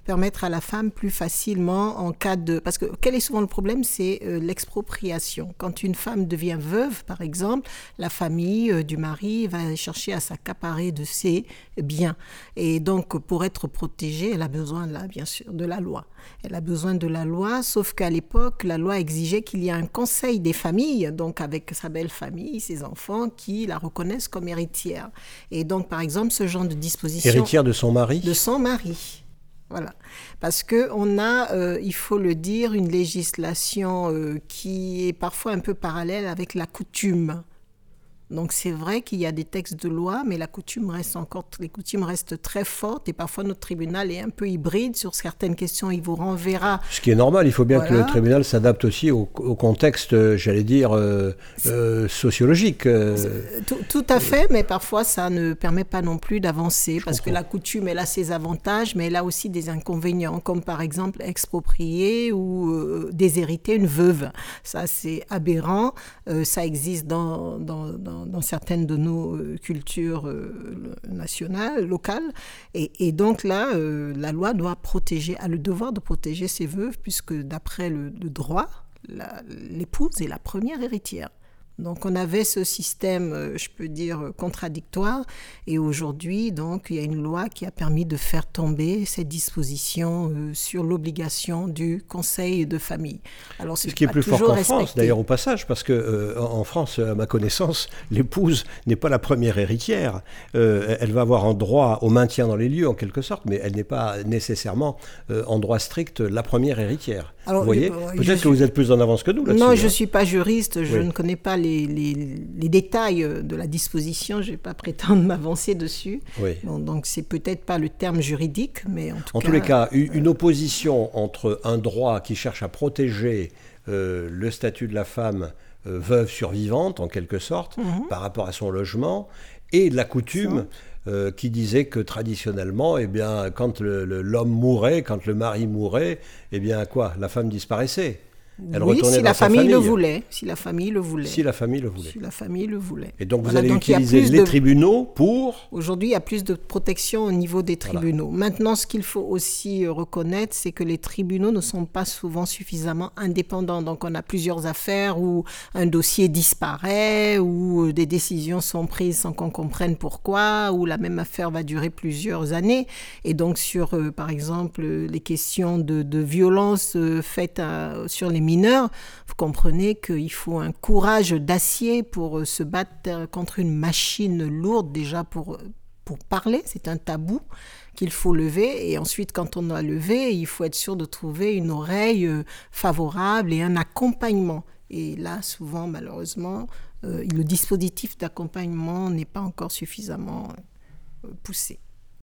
permettre à la femme plus facilement en cas de... Parce que quel est souvent le problème, c'est euh, l'expropriation. Quand une femme devient veuve, par exemple, la famille euh, du mari va chercher à s'accaparer de ses biens. Et donc, pour être protégée, elle a besoin, là, bien sûr, de la loi. Elle a besoin de la loi, sauf qu'à l'époque, la loi exigeait qu'il y ait un conseil des familles, donc avec sa belle famille, ses enfants, qui la reconnaissent comme héritière. Et donc, par exemple, ce genre de disposition... Héritière de son mari ? De son mari. Voilà. Parce qu'on a, euh, il faut le dire, une législation euh, qui est parfois un peu parallèle avec la coutume. Donc c'est vrai qu'il y a des textes de loi, mais la coutume reste encore, les coutumes restent très fortes et parfois notre tribunal est un peu hybride sur certaines questions. Il vous renverra. Ce qui est normal, il faut bien voilà. que le tribunal s'adapte aussi au, au contexte, j'allais dire, euh, euh, sociologique. Euh, tout, tout à fait, mais parfois ça ne permet pas non plus d'avancer parce comprends. que la coutume, elle a ses avantages, mais elle a aussi des inconvénients, comme par exemple exproprier ou euh, déshériter une veuve. Ça c'est aberrant, euh, ça existe dans, dans, dans dans certaines de nos euh, cultures euh, nationales, locales. Et, et donc là, euh, la loi doit protéger, a le devoir de protéger ces veuves, puisque d'après le, le droit, la, l'épouse est la première héritière. Donc on avait ce système, je peux dire, contradictoire. Et aujourd'hui, donc, il y a une loi qui a permis de faire tomber cette disposition euh, sur l'obligation du conseil de famille. Alors, c'est Ce qui est plus fort qu'en respecté. France, d'ailleurs, au passage, parce que euh, en France, à ma connaissance, l'épouse n'est pas la première héritière. Euh, elle va avoir un droit au maintien dans les lieux, en quelque sorte, mais elle n'est pas nécessairement, euh, en droit strict, la première héritière. Alors, vous voyez, euh, peut-être que suis... vous êtes plus en avance que nous là-dessus. Non, hein. je ne suis pas juriste, je oui. ne connais pas les, les, les détails de la disposition, je ne vais pas prétendre m'avancer dessus. Oui. Bon, donc, c'est peut-être pas le terme juridique, mais en tout en cas... En tous les cas, une, une opposition entre un droit qui cherche à protéger euh, le statut de la femme euh, veuve survivante, en quelque sorte, mm-hmm. par rapport à son logement, et de la coutume... Euh, qui disait que traditionnellement, eh bien, quand le, le, l'homme mourait, quand le mari mourait, eh bien, quoi, la femme disparaissait. Elle oui, retournait si dans la sa famille, famille le voulait. Si la famille le voulait. Si la famille le voulait. Si la famille le voulait. Et donc, vous voilà, allez donc utiliser les de... tribunaux pour... Aujourd'hui, il y a plus de protection au niveau des tribunaux. Voilà. Maintenant, ce qu'il faut aussi reconnaître, c'est que les tribunaux ne sont pas souvent suffisamment indépendants. Donc, on a plusieurs affaires où un dossier disparaît, où des décisions sont prises sans qu'on comprenne pourquoi, où la même affaire va durer plusieurs années. Et donc, sur, euh, par exemple, les questions de, de violence euh, faites à, sur les mineurs, vous comprenez qu'il faut un courage d'acier pour se battre contre une machine lourde, déjà pour, pour parler, c'est un tabou qu'il faut lever, et ensuite quand on a levé, il faut être sûr de trouver une oreille favorable et un accompagnement. Et là, souvent, malheureusement, euh, le dispositif d'accompagnement n'est pas encore suffisamment euh, poussé.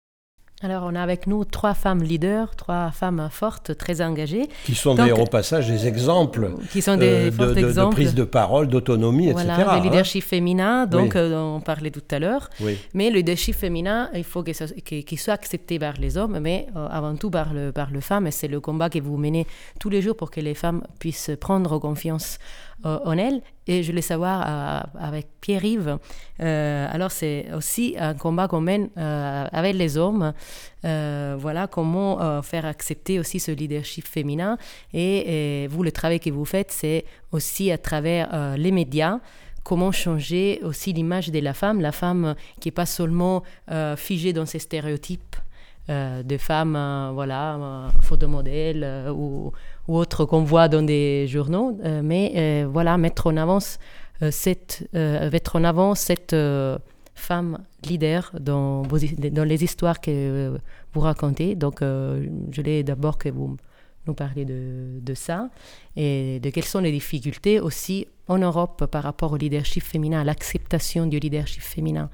Alors, on a avec nous trois femmes leaders, trois femmes fortes, très engagées. Qui sont d'ailleurs au passage des exemples, qui sont des euh, de, de, exemples de prise de parole, d'autonomie, voilà, et cetera. Le leadership hein. féminin, donc oui. euh, on parlait tout à l'heure. Oui. Mais le leadership féminin, il faut qu'il soit, qu'il soit accepté par les hommes, mais euh, avant tout par, le, par les femmes. Et c'est le combat que vous menez tous les jours pour que les femmes puissent prendre confiance euh, en elles. Et je voulais savoir euh, avec Pierre-Yves, euh, alors c'est aussi un combat qu'on mène euh, avec les hommes, euh, voilà, comment euh, faire accepter aussi ce leadership féminin. Et, et vous, le travail que vous faites, c'est aussi à travers euh, les médias, comment changer aussi l'image de la femme, la femme qui n'est pas seulement euh, figée dans ces stéréotypes euh, de femmes, euh, voilà, euh, photomodèles euh, ou ou autres qu'on voit dans des journaux, euh, mais euh, voilà, mettre en avant euh, cette, euh, mettre en avant cette euh, femme leader dans, vos, dans les histoires que euh, vous racontez. Donc, euh, je voulais d'abord que vous nous parliez de, de ça et de quelles sont les difficultés aussi en Europe par rapport au leadership féminin, à l'acceptation du leadership féminin.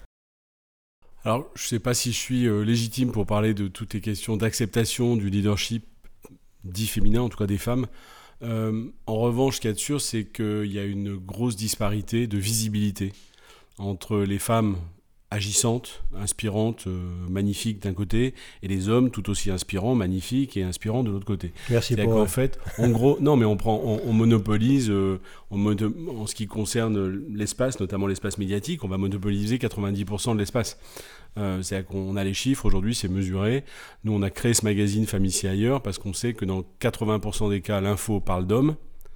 Alors, je ne sais pas si je suis euh, légitime pour parler de toutes les questions d'acceptation du leadership dit féminin, en tout cas des femmes. Euh, en revanche, ce qu'il y a de sûr, c'est qu'il y a une grosse disparité de visibilité entre les femmes agissantes, inspirantes, euh, magnifiques d'un côté, et les hommes tout aussi inspirants, magnifiques et inspirants de l'autre côté. Merci C'est-à-dire pour... qu'en fait, en gros, non, mais on prend, on, on monopolise, euh, on mono, en ce qui concerne l'espace, notamment l'espace médiatique, on va monopoliser quatre-vingt-dix pour cent de l'espace. Euh, c'est-à-dire qu'on a les chiffres, aujourd'hui c'est mesuré. Nous on a créé ce magazine Femmes ici ailleurs parce qu'on sait que dans quatre-vingts pour cent des cas, l'info parle d'hommes.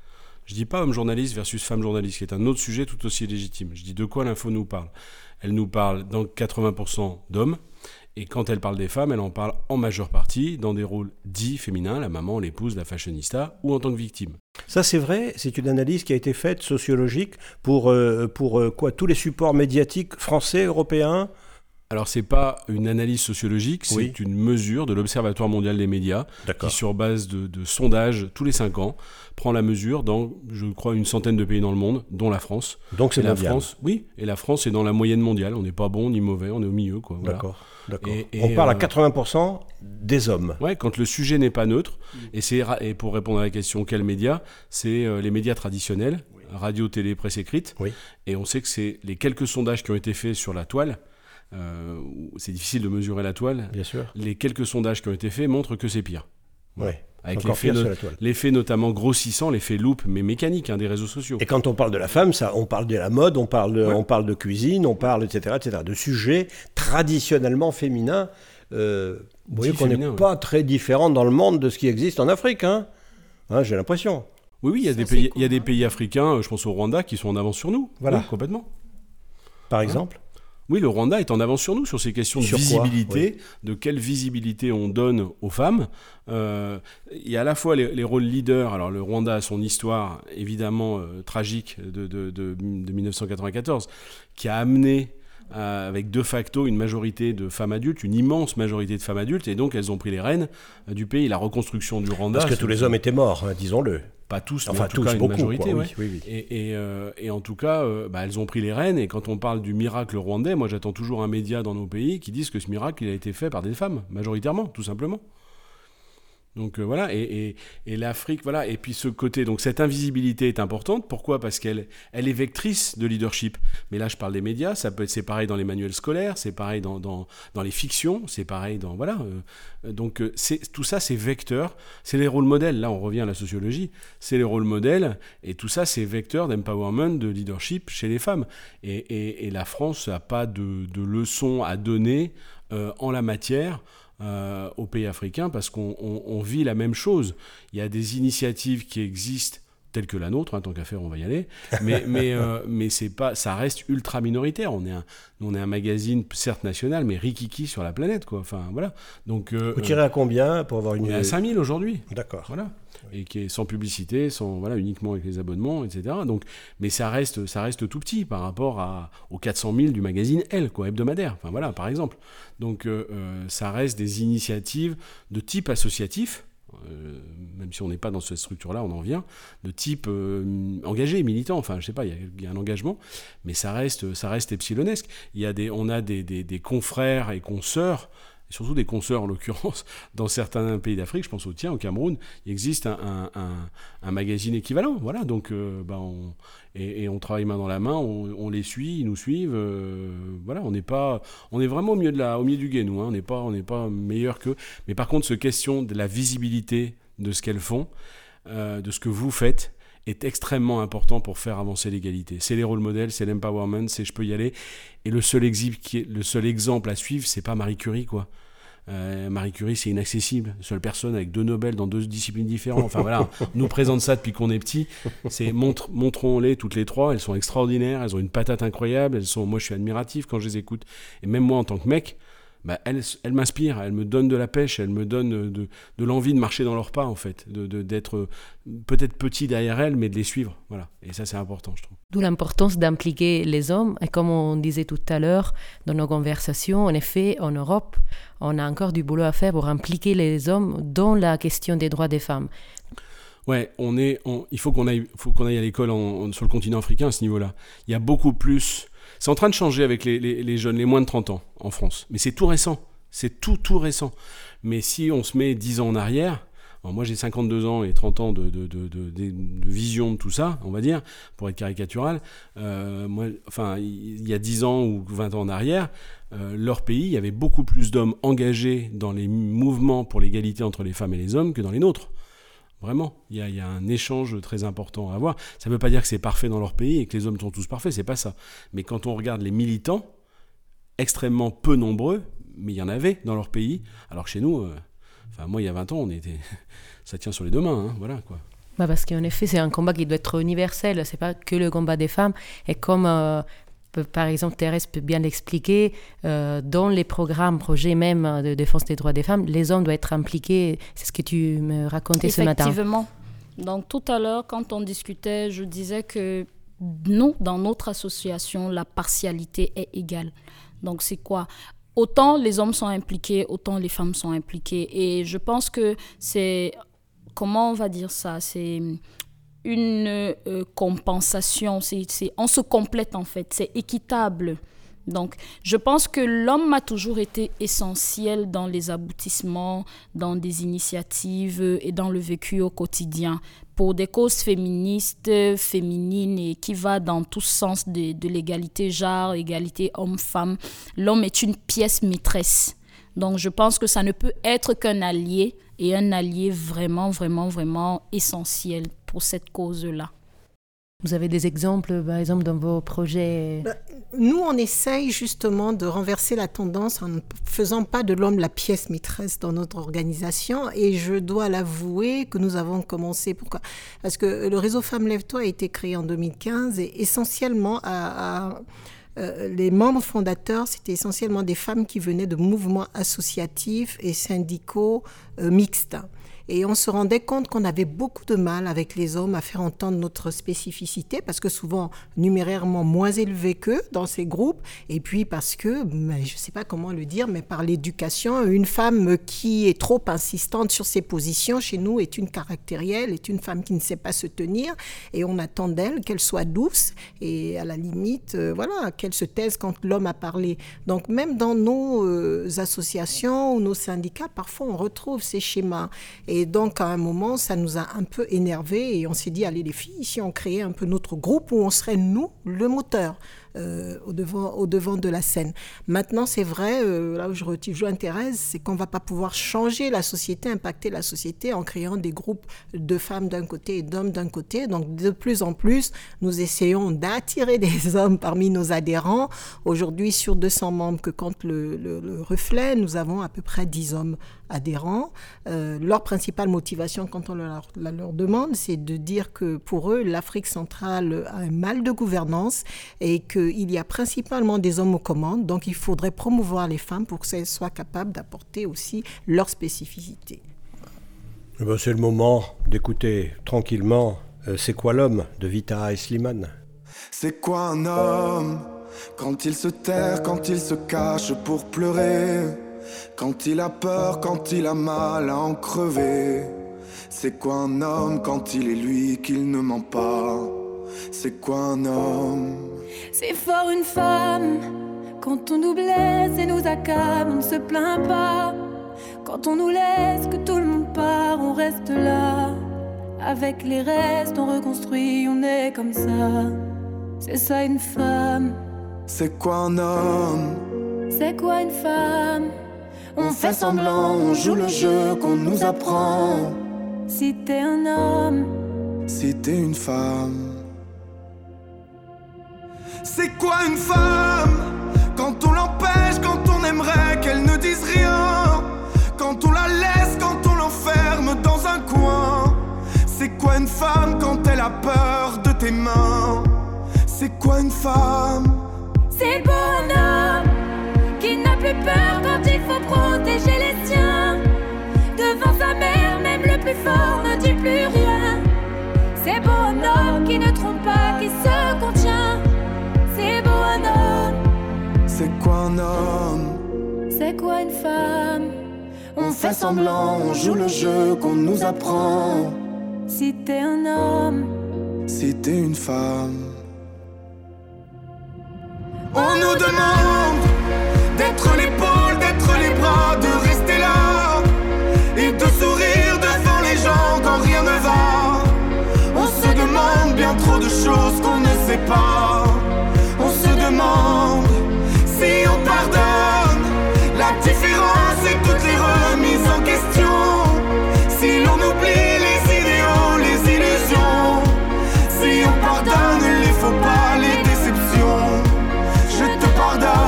Je dis pas homme journaliste versus femme journaliste, qui est un autre sujet tout aussi légitime. Je dis de quoi l'info nous parle. Elle nous parle dans quatre-vingts pour cent d'hommes, et quand elle parle des femmes, elle en parle en majeure partie dans des rôles dits féminins, la maman, l'épouse, la fashionista, ou en tant que victime. Ça c'est vrai, c'est une analyse qui a été faite, sociologique, pour, euh, pour euh, quoi, tous les supports médiatiques français, européens. Alors, ce n'est pas une analyse sociologique, c'est oui. une mesure de l'Observatoire mondial des médias, D'accord. qui, sur base de, de sondages tous les cinq ans, prend la mesure dans, je crois, une centaine de pays dans le monde, dont la France. Donc c'est et la mondial. France, oui, et la France est dans la moyenne mondiale. On n'est pas bon ni mauvais, on est au milieu, quoi. Voilà. D'accord. D'accord. Et, et, On parle euh, à quatre-vingts pour cent des hommes. Ouais, quand le sujet n'est pas neutre, et, c'est, et pour répondre à la question quels médias, c'est euh, les médias traditionnels, oui. radio, télé, presse écrite, oui. et on sait que c'est les quelques sondages qui ont été faits sur la toile. Euh, c'est difficile de mesurer la toile. Bien sûr. Les quelques sondages qui ont été faits montrent que c'est pire. Ouais. Avec Encore l'effet, pire no- sur la toile. l'effet notamment grossissant, l'effet loupe, mais mécanique, hein, des réseaux sociaux. Et quand on parle de la femme, ça, on parle de la mode, on parle de, Ouais. on parle de cuisine, on parle, et cetera, et cetera, de sujets traditionnellement féminins. Euh, vous voyez qu'on n'est féminin, pas très différent dans le monde de ce qui existe en Afrique, hein, hein, j'ai l'impression. Oui, oui, il y a, des pays, il y a des pays africains, euh, je pense au Rwanda, qui sont en avance sur nous. Voilà. Oui, complètement. Par exemple. Oui, le Rwanda est en avance sur nous sur ces questions de Sur quoi ? visibilité, de quelle visibilité on donne aux femmes. Euh, il y a à la fois les, les rôles leaders. Alors le Rwanda a son histoire évidemment euh, tragique de, de, de, de dix-neuf cent quatre-vingt-quatorze, qui a amené euh, avec de facto une majorité de femmes adultes, une immense majorité de femmes adultes, et donc elles ont pris les rênes euh, du pays. La reconstruction du Rwanda... Parce que tous les hommes étaient morts, hein, disons-le. Pas tous, mais enfin en tout tous, cas une beaucoup, majorité. quoi, Ouais. oui, oui, oui. Et, et, euh, et en tout cas, euh, bah, elles ont pris les rênes. Et quand on parle du miracle rwandais, moi j'attends toujours un média dans nos pays qui dise que ce miracle il a été fait par des femmes, majoritairement, tout simplement. Donc euh, voilà, et, et, et l'Afrique, voilà, et puis ce côté, donc cette invisibilité est importante. Pourquoi ? Parce qu'elle elle est vectrice de leadership. Mais là, je parle des médias, ça peut être, c'est pareil dans les manuels scolaires, c'est pareil dans, dans, dans les fictions, c'est pareil dans, voilà. Euh, donc euh, c'est, tout ça, c'est vecteur, c'est les rôles modèles. Là, on revient à la sociologie, c'est les rôles modèles, et tout ça, c'est vecteur d'empowerment, de leadership chez les femmes. Et, et, et la France n'a pas de, de leçons à donner euh, en la matière. Euh, aux pays africains, parce qu'on on, on vit la même chose. Il y a des initiatives qui existent, telles que la nôtre, hein, tant qu'à faire, on va y aller, mais, mais, euh, mais c'est pas, ça reste ultra minoritaire. On est, un, on est un magazine, certes national, mais rikiki sur la planète, quoi. Enfin, voilà. Donc, euh, Vous tirez à combien pour avoir une... On est à cinq mille aujourd'hui. D'accord. Voilà. Et qui est sans publicité, sans, voilà, uniquement avec les abonnements, et cetera. Donc, mais ça reste, ça reste tout petit par rapport à, aux quatre cent mille du magazine Elle, quoi, hebdomadaire. Enfin, voilà, par exemple. Donc, euh, euh, ça reste des initiatives de type associatif, euh, même si on n'est pas dans cette structure-là, on en vient, de type euh, engagé, militant. Enfin, je sais pas, il y, y a un engagement, mais ça reste, ça reste epsilonesque. Il y a des, on a des, des, des confrères et consoeurs, et surtout des consoeurs en l'occurrence, dans certains pays d'Afrique, je pense au tien, au Cameroun, il existe un, un, un, un magazine équivalent, voilà, donc euh, bah on, et, et on travaille main dans la main, on, on les suit, ils nous suivent, euh, voilà, on n'est pas, on est vraiment au milieu, de la, au milieu du gué, nous, hein, on n'est pas, on n'est pas meilleur qu'eux, mais par contre, ce question de la visibilité de ce qu'elles font, euh, de ce que vous faites, est extrêmement important pour faire avancer l'égalité. C'est les rôles modèles, c'est l'empowerment, c'est je peux y aller. Et le seul, exi- qui est, le seul exemple à suivre, c'est pas Marie Curie, quoi. Euh, Marie Curie, c'est inaccessible. Seule personne avec deux Nobel dans deux disciplines différentes. Enfin voilà, on nous présente ça depuis qu'on est petit. C'est montre, montrons-les toutes les trois. Elles sont extraordinaires, elles ont une patate incroyable. Elles sont, moi, je suis admiratif quand je les écoute. Et même moi, en tant que mec, bah, elles, elles m'inspirent, elles me donnent de la pêche, elles me donnent de, de l'envie de marcher dans leurs pas, en fait, de, de, d'être peut-être petit derrière elles, mais de les suivre. Voilà. Et ça, c'est important, je trouve. D'où l'importance d'impliquer les hommes. Et comme on disait tout à l'heure dans nos conversations, en effet, en Europe, on a encore du boulot à faire pour impliquer les hommes dans la question des droits des femmes. Ouais, on est, on, il faut qu'on aille, faut qu'on aille à l'école en, en, sur le continent africain à ce niveau-là. Il y a beaucoup plus... C'est en train de changer avec les, les, les jeunes, les moins de trente ans en France. Mais c'est tout récent. C'est tout, tout récent. Mais si on se met dix ans en arrière... Alors moi j'ai cinquante-deux ans et trente ans de, de, de, de, de, de vision de tout ça, on va dire, pour être caricatural. Euh, moi, enfin, il y a dix ans ou vingt ans en arrière, euh, leur pays, il y avait beaucoup plus d'hommes engagés dans les mouvements pour l'égalité entre les femmes et les hommes que dans les nôtres. Vraiment, il y a, il y a un échange très important à avoir. Ça ne veut pas dire que c'est parfait dans leur pays et que les hommes sont tous parfaits, c'est pas ça. Mais quand on regarde les militants, extrêmement peu nombreux, mais il y en avait dans leur pays, alors que chez nous, euh, enfin moi il y a vingt ans, on était, ça tient sur les deux mains, hein, voilà quoi. Bah parce qu'en effet, c'est un combat qui doit être universel, c'est pas que le combat des femmes, et comme... Euh, par exemple, Thérèse peut bien l'expliquer, euh, dans les programmes, projets même de défense des droits des femmes, les hommes doivent être impliqués. C'est ce que tu me racontais ce matin. Effectivement. Donc tout à l'heure, quand on discutait, je disais que nous, dans notre association, la partialité est égale. Donc c'est quoi ? Autant les hommes sont impliqués, autant les femmes sont impliquées. Et je pense que c'est... Comment on va dire ça ? C'est... une euh, compensation, c'est, c'est, on se complète en fait, c'est équitable. Donc, je pense que l'homme a toujours été essentiel dans les aboutissements, dans des initiatives et dans le vécu au quotidien. Pour des causes féministes, féminines et qui va dans tout sens de, de l'égalité genre, égalité homme-femme, l'homme est une pièce maîtresse. Donc, je pense que ça ne peut être qu'un allié et un allié vraiment, vraiment, vraiment essentiel pour cette cause-là. Vous avez des exemples, par exemple, dans vos projets ? Nous, on essaye justement de renverser la tendance en ne faisant pas de l'homme la pièce maîtresse dans notre organisation. Et je dois l'avouer que nous avons commencé. Pourquoi ? Parce que le réseau Femmes Lève-toi a été créé en deux mille quinze et essentiellement à... à Euh, les membres fondateurs, c'était essentiellement des femmes qui venaient de mouvements associatifs et syndicaux euh, mixtes. Et on se rendait compte qu'on avait beaucoup de mal avec les hommes à faire entendre notre spécificité, parce que souvent numérairement moins élevés qu'eux dans ces groupes, et puis parce que, ben, je ne sais pas comment le dire, mais par l'éducation, une femme qui est trop insistante sur ses positions, chez nous, est une caractérielle, est une femme qui ne sait pas se tenir, et on attend d'elle qu'elle soit douce, et à la limite, euh, voilà, qu'elle se taise quand l'homme a parlé. Donc même dans nos euh, associations ou nos syndicats, parfois on retrouve ces schémas. Et donc, à un moment, ça nous a un peu énervés et on s'est dit, allez les filles, ici on créait un peu notre groupe où on serait, nous, le moteur euh, au, devant, au devant de la scène. Maintenant, c'est vrai, euh, là où je rejoins Thérèse, c'est qu'on ne va pas pouvoir changer la société, impacter la société en créant des groupes de femmes d'un côté et d'hommes d'un côté. Donc, de plus en plus, nous essayons d'attirer des hommes parmi nos adhérents. Aujourd'hui, sur deux cents membres que compte le, le, le reflet, nous avons à peu près dix hommes adhérents. Euh, leur principale motivation quand on leur, la leur demande, c'est de dire que pour eux, l'Afrique centrale a un mal de gouvernance et qu'il y a principalement des hommes aux commandes, donc il faudrait promouvoir les femmes pour qu'elles soient capables d'apporter aussi leur spécificité. Eh ben, c'est le moment d'écouter tranquillement euh, C'est quoi l'homme de Vita et Slimane. C'est quoi un homme quand il se terre, quand il se cache pour pleurer, quand il a peur, quand il a mal à en crever. C'est quoi un homme quand il est lui qu'il ne ment pas? C'est quoi un homme? C'est fort une femme quand on nous blesse et nous accable, on ne se plaint pas. Quand on nous laisse, que tout le monde part, on reste là. Avec les restes, on reconstruit, on est comme ça. C'est ça une femme. C'est quoi un homme? C'est quoi une femme? On fait semblant, on joue le jeu qu'on nous apprend. Si t'es un homme, si t'es une femme. C'est quoi une femme? Quand on l'empêche, quand on aimerait qu'elle ne dise rien, quand on la laisse, quand on l'enferme dans un coin. C'est quoi une femme quand elle a peur de tes mains? C'est quoi une femme? c'est le bonhomme qui n'a plus peur quand il faut protéger les siens. Devant sa mère, même le plus fort ne dit plus rien. C'est beau un homme qui ne trompe pas, qui se contient. C'est beau un homme. C'est quoi un homme? C'est quoi une femme? On fait semblant, on joue le jeu qu'on nous apprend. Si t'es un homme, si t'es une femme. On nous demande d'être l'épaule, d'être les bras, de rester là et de sourire devant les gens quand rien ne va. On se demande bien trop de choses qu'on ne sait pas. On se demande si on pardonne la différence et toutes les remises en question. Si l'on oublie les idéaux, les illusions. Si on pardonne les faux pas, les déceptions. Je te pardonne.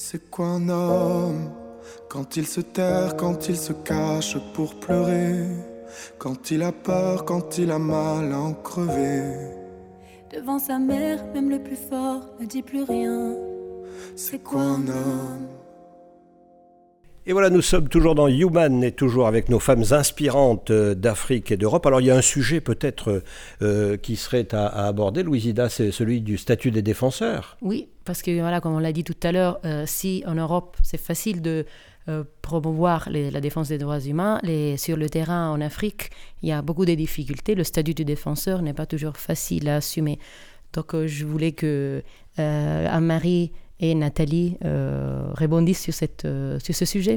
C'est quoi un homme? Quand il se terre, quand il se cache pour pleurer, quand il a peur, quand il a mal à en crever. Devant sa mère, même le plus fort ne dit plus rien. C'est quoi un homme? Et voilà, nous sommes toujours dans Human et toujours avec nos femmes inspirantes d'Afrique et d'Europe. Alors il y a un sujet peut-être euh, qui serait à, à aborder, Louise-Ida, c'est celui du statut des défenseurs. Oui, parce que voilà, comme on l'a dit tout à l'heure, euh, si en Europe c'est facile de euh, promouvoir les, la défense des droits humains, les, sur le terrain en Afrique, il y a beaucoup de difficultés. Le statut du défenseur n'est pas toujours facile à assumer. Donc euh, je voulais que euh, Anne-Marie et Nathalie euh, rebondissent sur, cette, euh, sur ce sujet.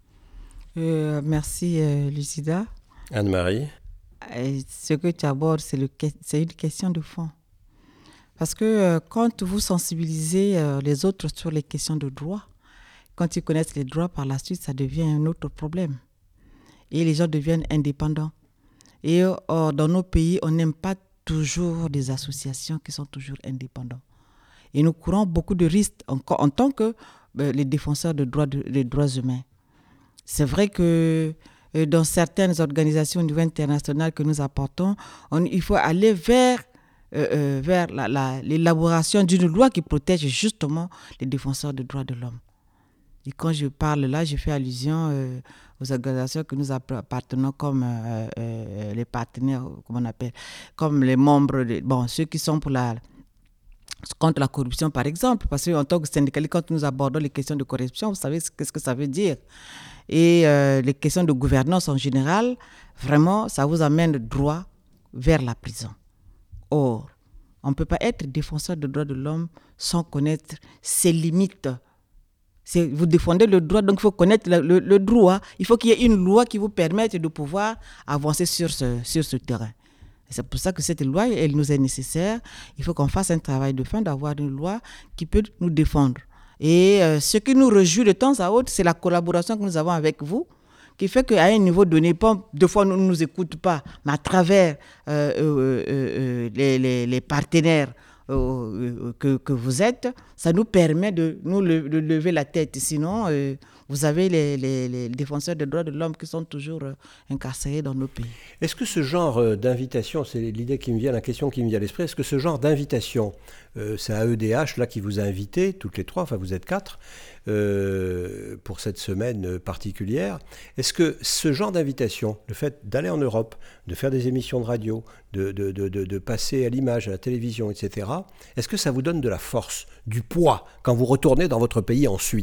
Euh, merci euh, Lucida. Anne-Marie. Et ce que tu abordes, c'est, le, c'est une question de fond. Parce que euh, quand vous sensibilisez euh, les autres sur les questions de droit, quand ils connaissent les droits, par la suite, ça devient un autre problème. Et les gens deviennent indépendants. Et euh, dans nos pays, on n'aime pas toujours des associations qui sont toujours indépendantes. Et nous courons beaucoup de risques en, en tant que euh, les défenseurs des droits, de, des droits humains. C'est vrai que euh, dans certaines organisations au niveau international que nous apportons, on, il faut aller vers, euh, euh, vers la, la, l'élaboration d'une loi qui protège justement les défenseurs des droits de l'homme. Et quand je parle là, je fais allusion euh, aux organisations que nous appartenons comme euh, euh, les partenaires, comment on appelle, comme les membres, de, bon, ceux qui sont pour la... contre la corruption, par exemple, parce qu'en tant que syndicaliste, quand nous abordons les questions de corruption, vous savez ce que ça veut dire. Et euh, les questions de gouvernance en général, vraiment, ça vous amène droit vers la prison. Or, on ne peut pas être défenseur des droits de l'homme sans connaître ses limites. C'est, vous défendez le droit, donc il faut connaître le, le, le droit. Il faut qu'il y ait une loi qui vous permette de pouvoir avancer sur ce, sur ce terrain. C'est pour ça que cette loi, elle nous est nécessaire. Il faut qu'on fasse un travail de fond d'avoir une loi qui peut nous défendre. Et euh, ce qui nous réjouit de temps à autre, c'est la collaboration que nous avons avec vous, qui fait qu'à un niveau donné, pas, deux fois, on ne nous écoute pas, mais à travers euh, euh, euh, les, les, les partenaires euh, que, que vous êtes, ça nous permet de nous le, de lever la tête. Sinon, euh, vous avez les, les, les défenseurs des droits de l'homme qui sont toujours euh, incarcérés dans nos pays. Est-ce que ce genre euh, d'invitation, c'est l'idée qui me vient, la question qui me vient à l'esprit, est-ce que ce genre d'invitation, euh, c'est A E D H là qui vous a invité, toutes les trois, enfin vous êtes quatre, euh, pour cette semaine particulière, est-ce que ce genre d'invitation, le fait d'aller en Europe, de faire des émissions de radio, de, de, de, de, de passer à l'image, à la télévision, et cetera, est-ce que ça vous donne de la force, du poids, quand vous retournez dans votre pays ensuite ?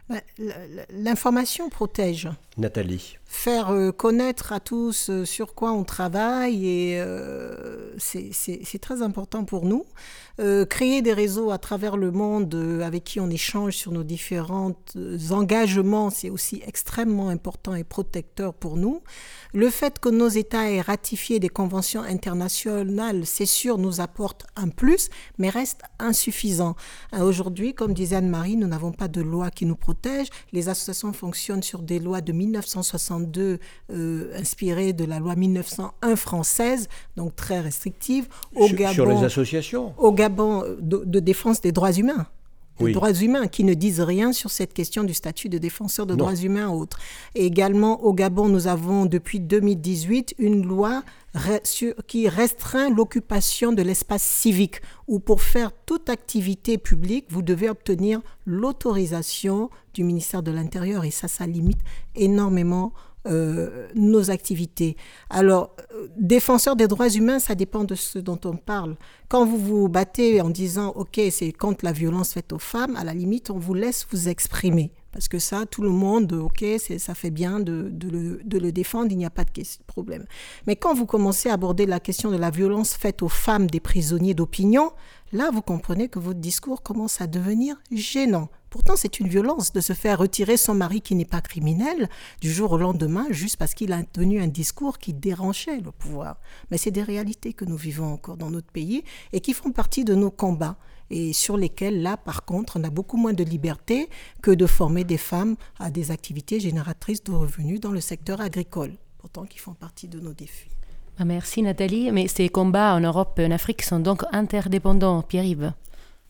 L'information protège. Nathalie. Faire euh, connaître à tous euh, sur quoi on travaille, et euh, c'est, c'est, c'est très important pour nous. Euh, créer des réseaux à travers le monde euh, avec qui on échange sur nos différents euh, engagements, c'est aussi extrêmement important et protecteur pour nous. Le fait que nos États aient ratifié des conventions internationales, c'est sûr, nous apporte un plus, mais reste insuffisant. Euh, aujourd'hui, comme disait Anne-Marie, nous n'avons pas de loi qui nous protège. Les associations fonctionnent sur des lois de dix-neuf cent soixante-deux, euh, inspirées de la loi mille neuf cent un française, donc très restrictive. Au sur, Gabon, sur les associations Au Gabon, de, de défense des droits humains. Des oui. droits humains qui ne disent rien sur cette question du statut de défenseur de non. droits humains ou autres. Et également, au Gabon, nous avons depuis deux mille dix-huit une loi re- sur, qui restreint l'occupation de l'espace civique, où pour faire toute activité publique, vous devez obtenir l'autorisation du ministère de l'Intérieur, et ça, ça limite énormément Euh, nos activités. Alors, euh, défenseur des droits humains, ça dépend de ce dont on parle. Quand vous vous battez en disant « Ok, c'est contre la violence faite aux femmes », à la limite, on vous laisse vous exprimer. Parce que ça, tout le monde, ok, c'est, ça fait bien de, de, le, de le défendre, il n'y a pas de question, problème. Mais quand vous commencez à aborder la question de la violence faite aux femmes des prisonniers d'opinion, là, vous comprenez que votre discours commence à devenir gênant. Pourtant, c'est une violence de se faire retirer son mari qui n'est pas criminel du jour au lendemain juste parce qu'il a tenu un discours qui dérangeait le pouvoir. Mais c'est des réalités que nous vivons encore dans notre pays et qui font partie de nos combats et sur lesquels, là, par contre, on a beaucoup moins de liberté que de former des femmes à des activités génératrices de revenus dans le secteur agricole, pourtant qui font partie de nos défis. Merci Nathalie, mais ces combats en Europe et en Afrique sont donc interdépendants, Pierre-Yves.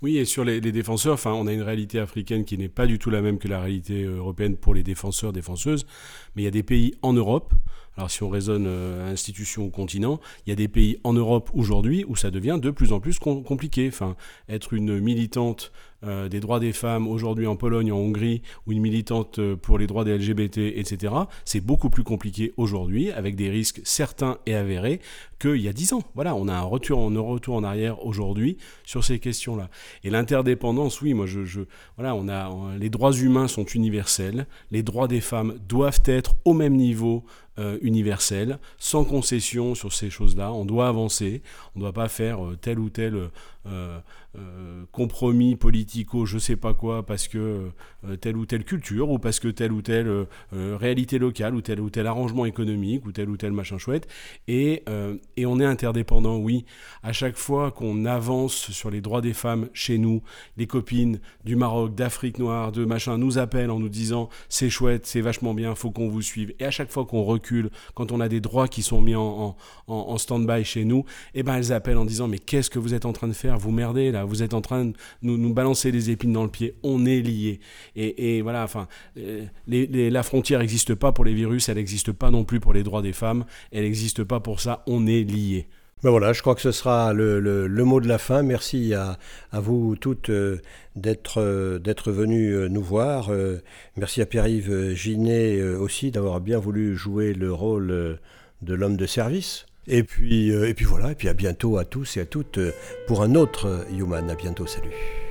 Oui, et sur les, les défenseurs, enfin, on a une réalité africaine qui n'est pas du tout la même que la réalité européenne pour les défenseurs, défenseuses, mais il y a des pays en Europe, alors si on raisonne euh, institution ou continent, il y a des pays en Europe aujourd'hui où ça devient de plus en plus com- compliqué. Enfin, être une militante euh, des droits des femmes aujourd'hui en Pologne, en Hongrie, ou une militante euh, pour les droits des L G B T, et cetera, c'est beaucoup plus compliqué aujourd'hui, avec des risques certains et avérés qu'il y a dix ans. Voilà, on a un retour, un retour en arrière aujourd'hui sur ces questions-là. Et l'interdépendance, oui, moi, je, je, voilà, on a, on, les droits humains sont universels, les droits des femmes doivent être au même niveau euh, universel, sans concession sur ces choses-là. On doit avancer, on ne doit pas faire euh, tel ou tel euh, euh, compromis politico, je sais pas quoi, parce que euh, telle ou telle culture, ou parce que telle ou telle euh, euh, réalité locale, ou tel ou tel arrangement économique, ou tel ou tel machin chouette. Et, euh, et on est interdépendant, oui. À chaque fois qu'on avance sur les droits des femmes chez nous, les copines du Maroc, d'Afrique noire, de machin, nous appellent en nous disant c'est chouette, c'est vachement bien, faut qu'on vous suive. Et à chaque fois qu'on recule, quand on a des droits qui sont mis en, en, en, en stand-by chez nous, eh ben elles appellent en disant mais qu'est-ce que vous êtes en train de faire? Vous merdez là, vous êtes en train de nous, nous balancer les épines dans le pied. On est liés. Et, et voilà, enfin, les, les, la frontière n'existe pas pour les virus, elle n'existe pas non plus pour les droits des femmes, elle n'existe pas pour ça, on est liés. Ben voilà, je crois que ce sera le, le, le mot de la fin. Merci à, à vous toutes euh, d'être, euh, d'être venues euh, nous voir. Euh, merci à Pierre-Yves Ginet euh, aussi d'avoir bien voulu jouer le rôle euh, de l'homme de service. Et puis, euh, et puis voilà, et puis à bientôt à tous et à toutes euh, pour un autre euh, Human. À bientôt, salut.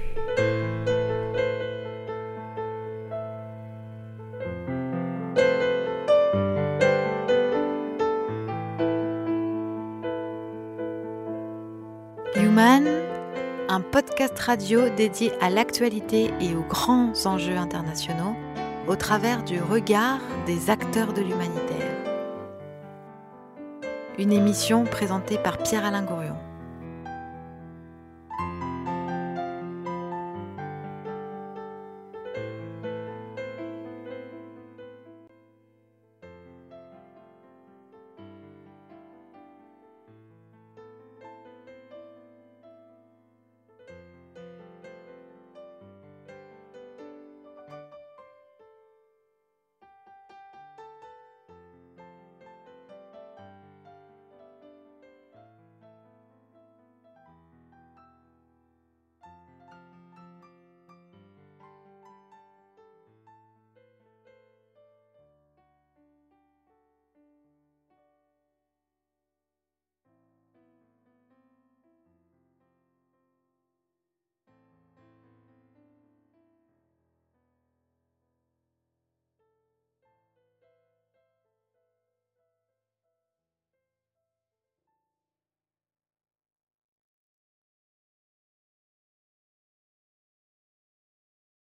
Human, un podcast radio dédié à l'actualité et aux grands enjeux internationaux au travers du regard des acteurs de l'humanitaire. Une émission présentée par Pierre-Alain Gourion.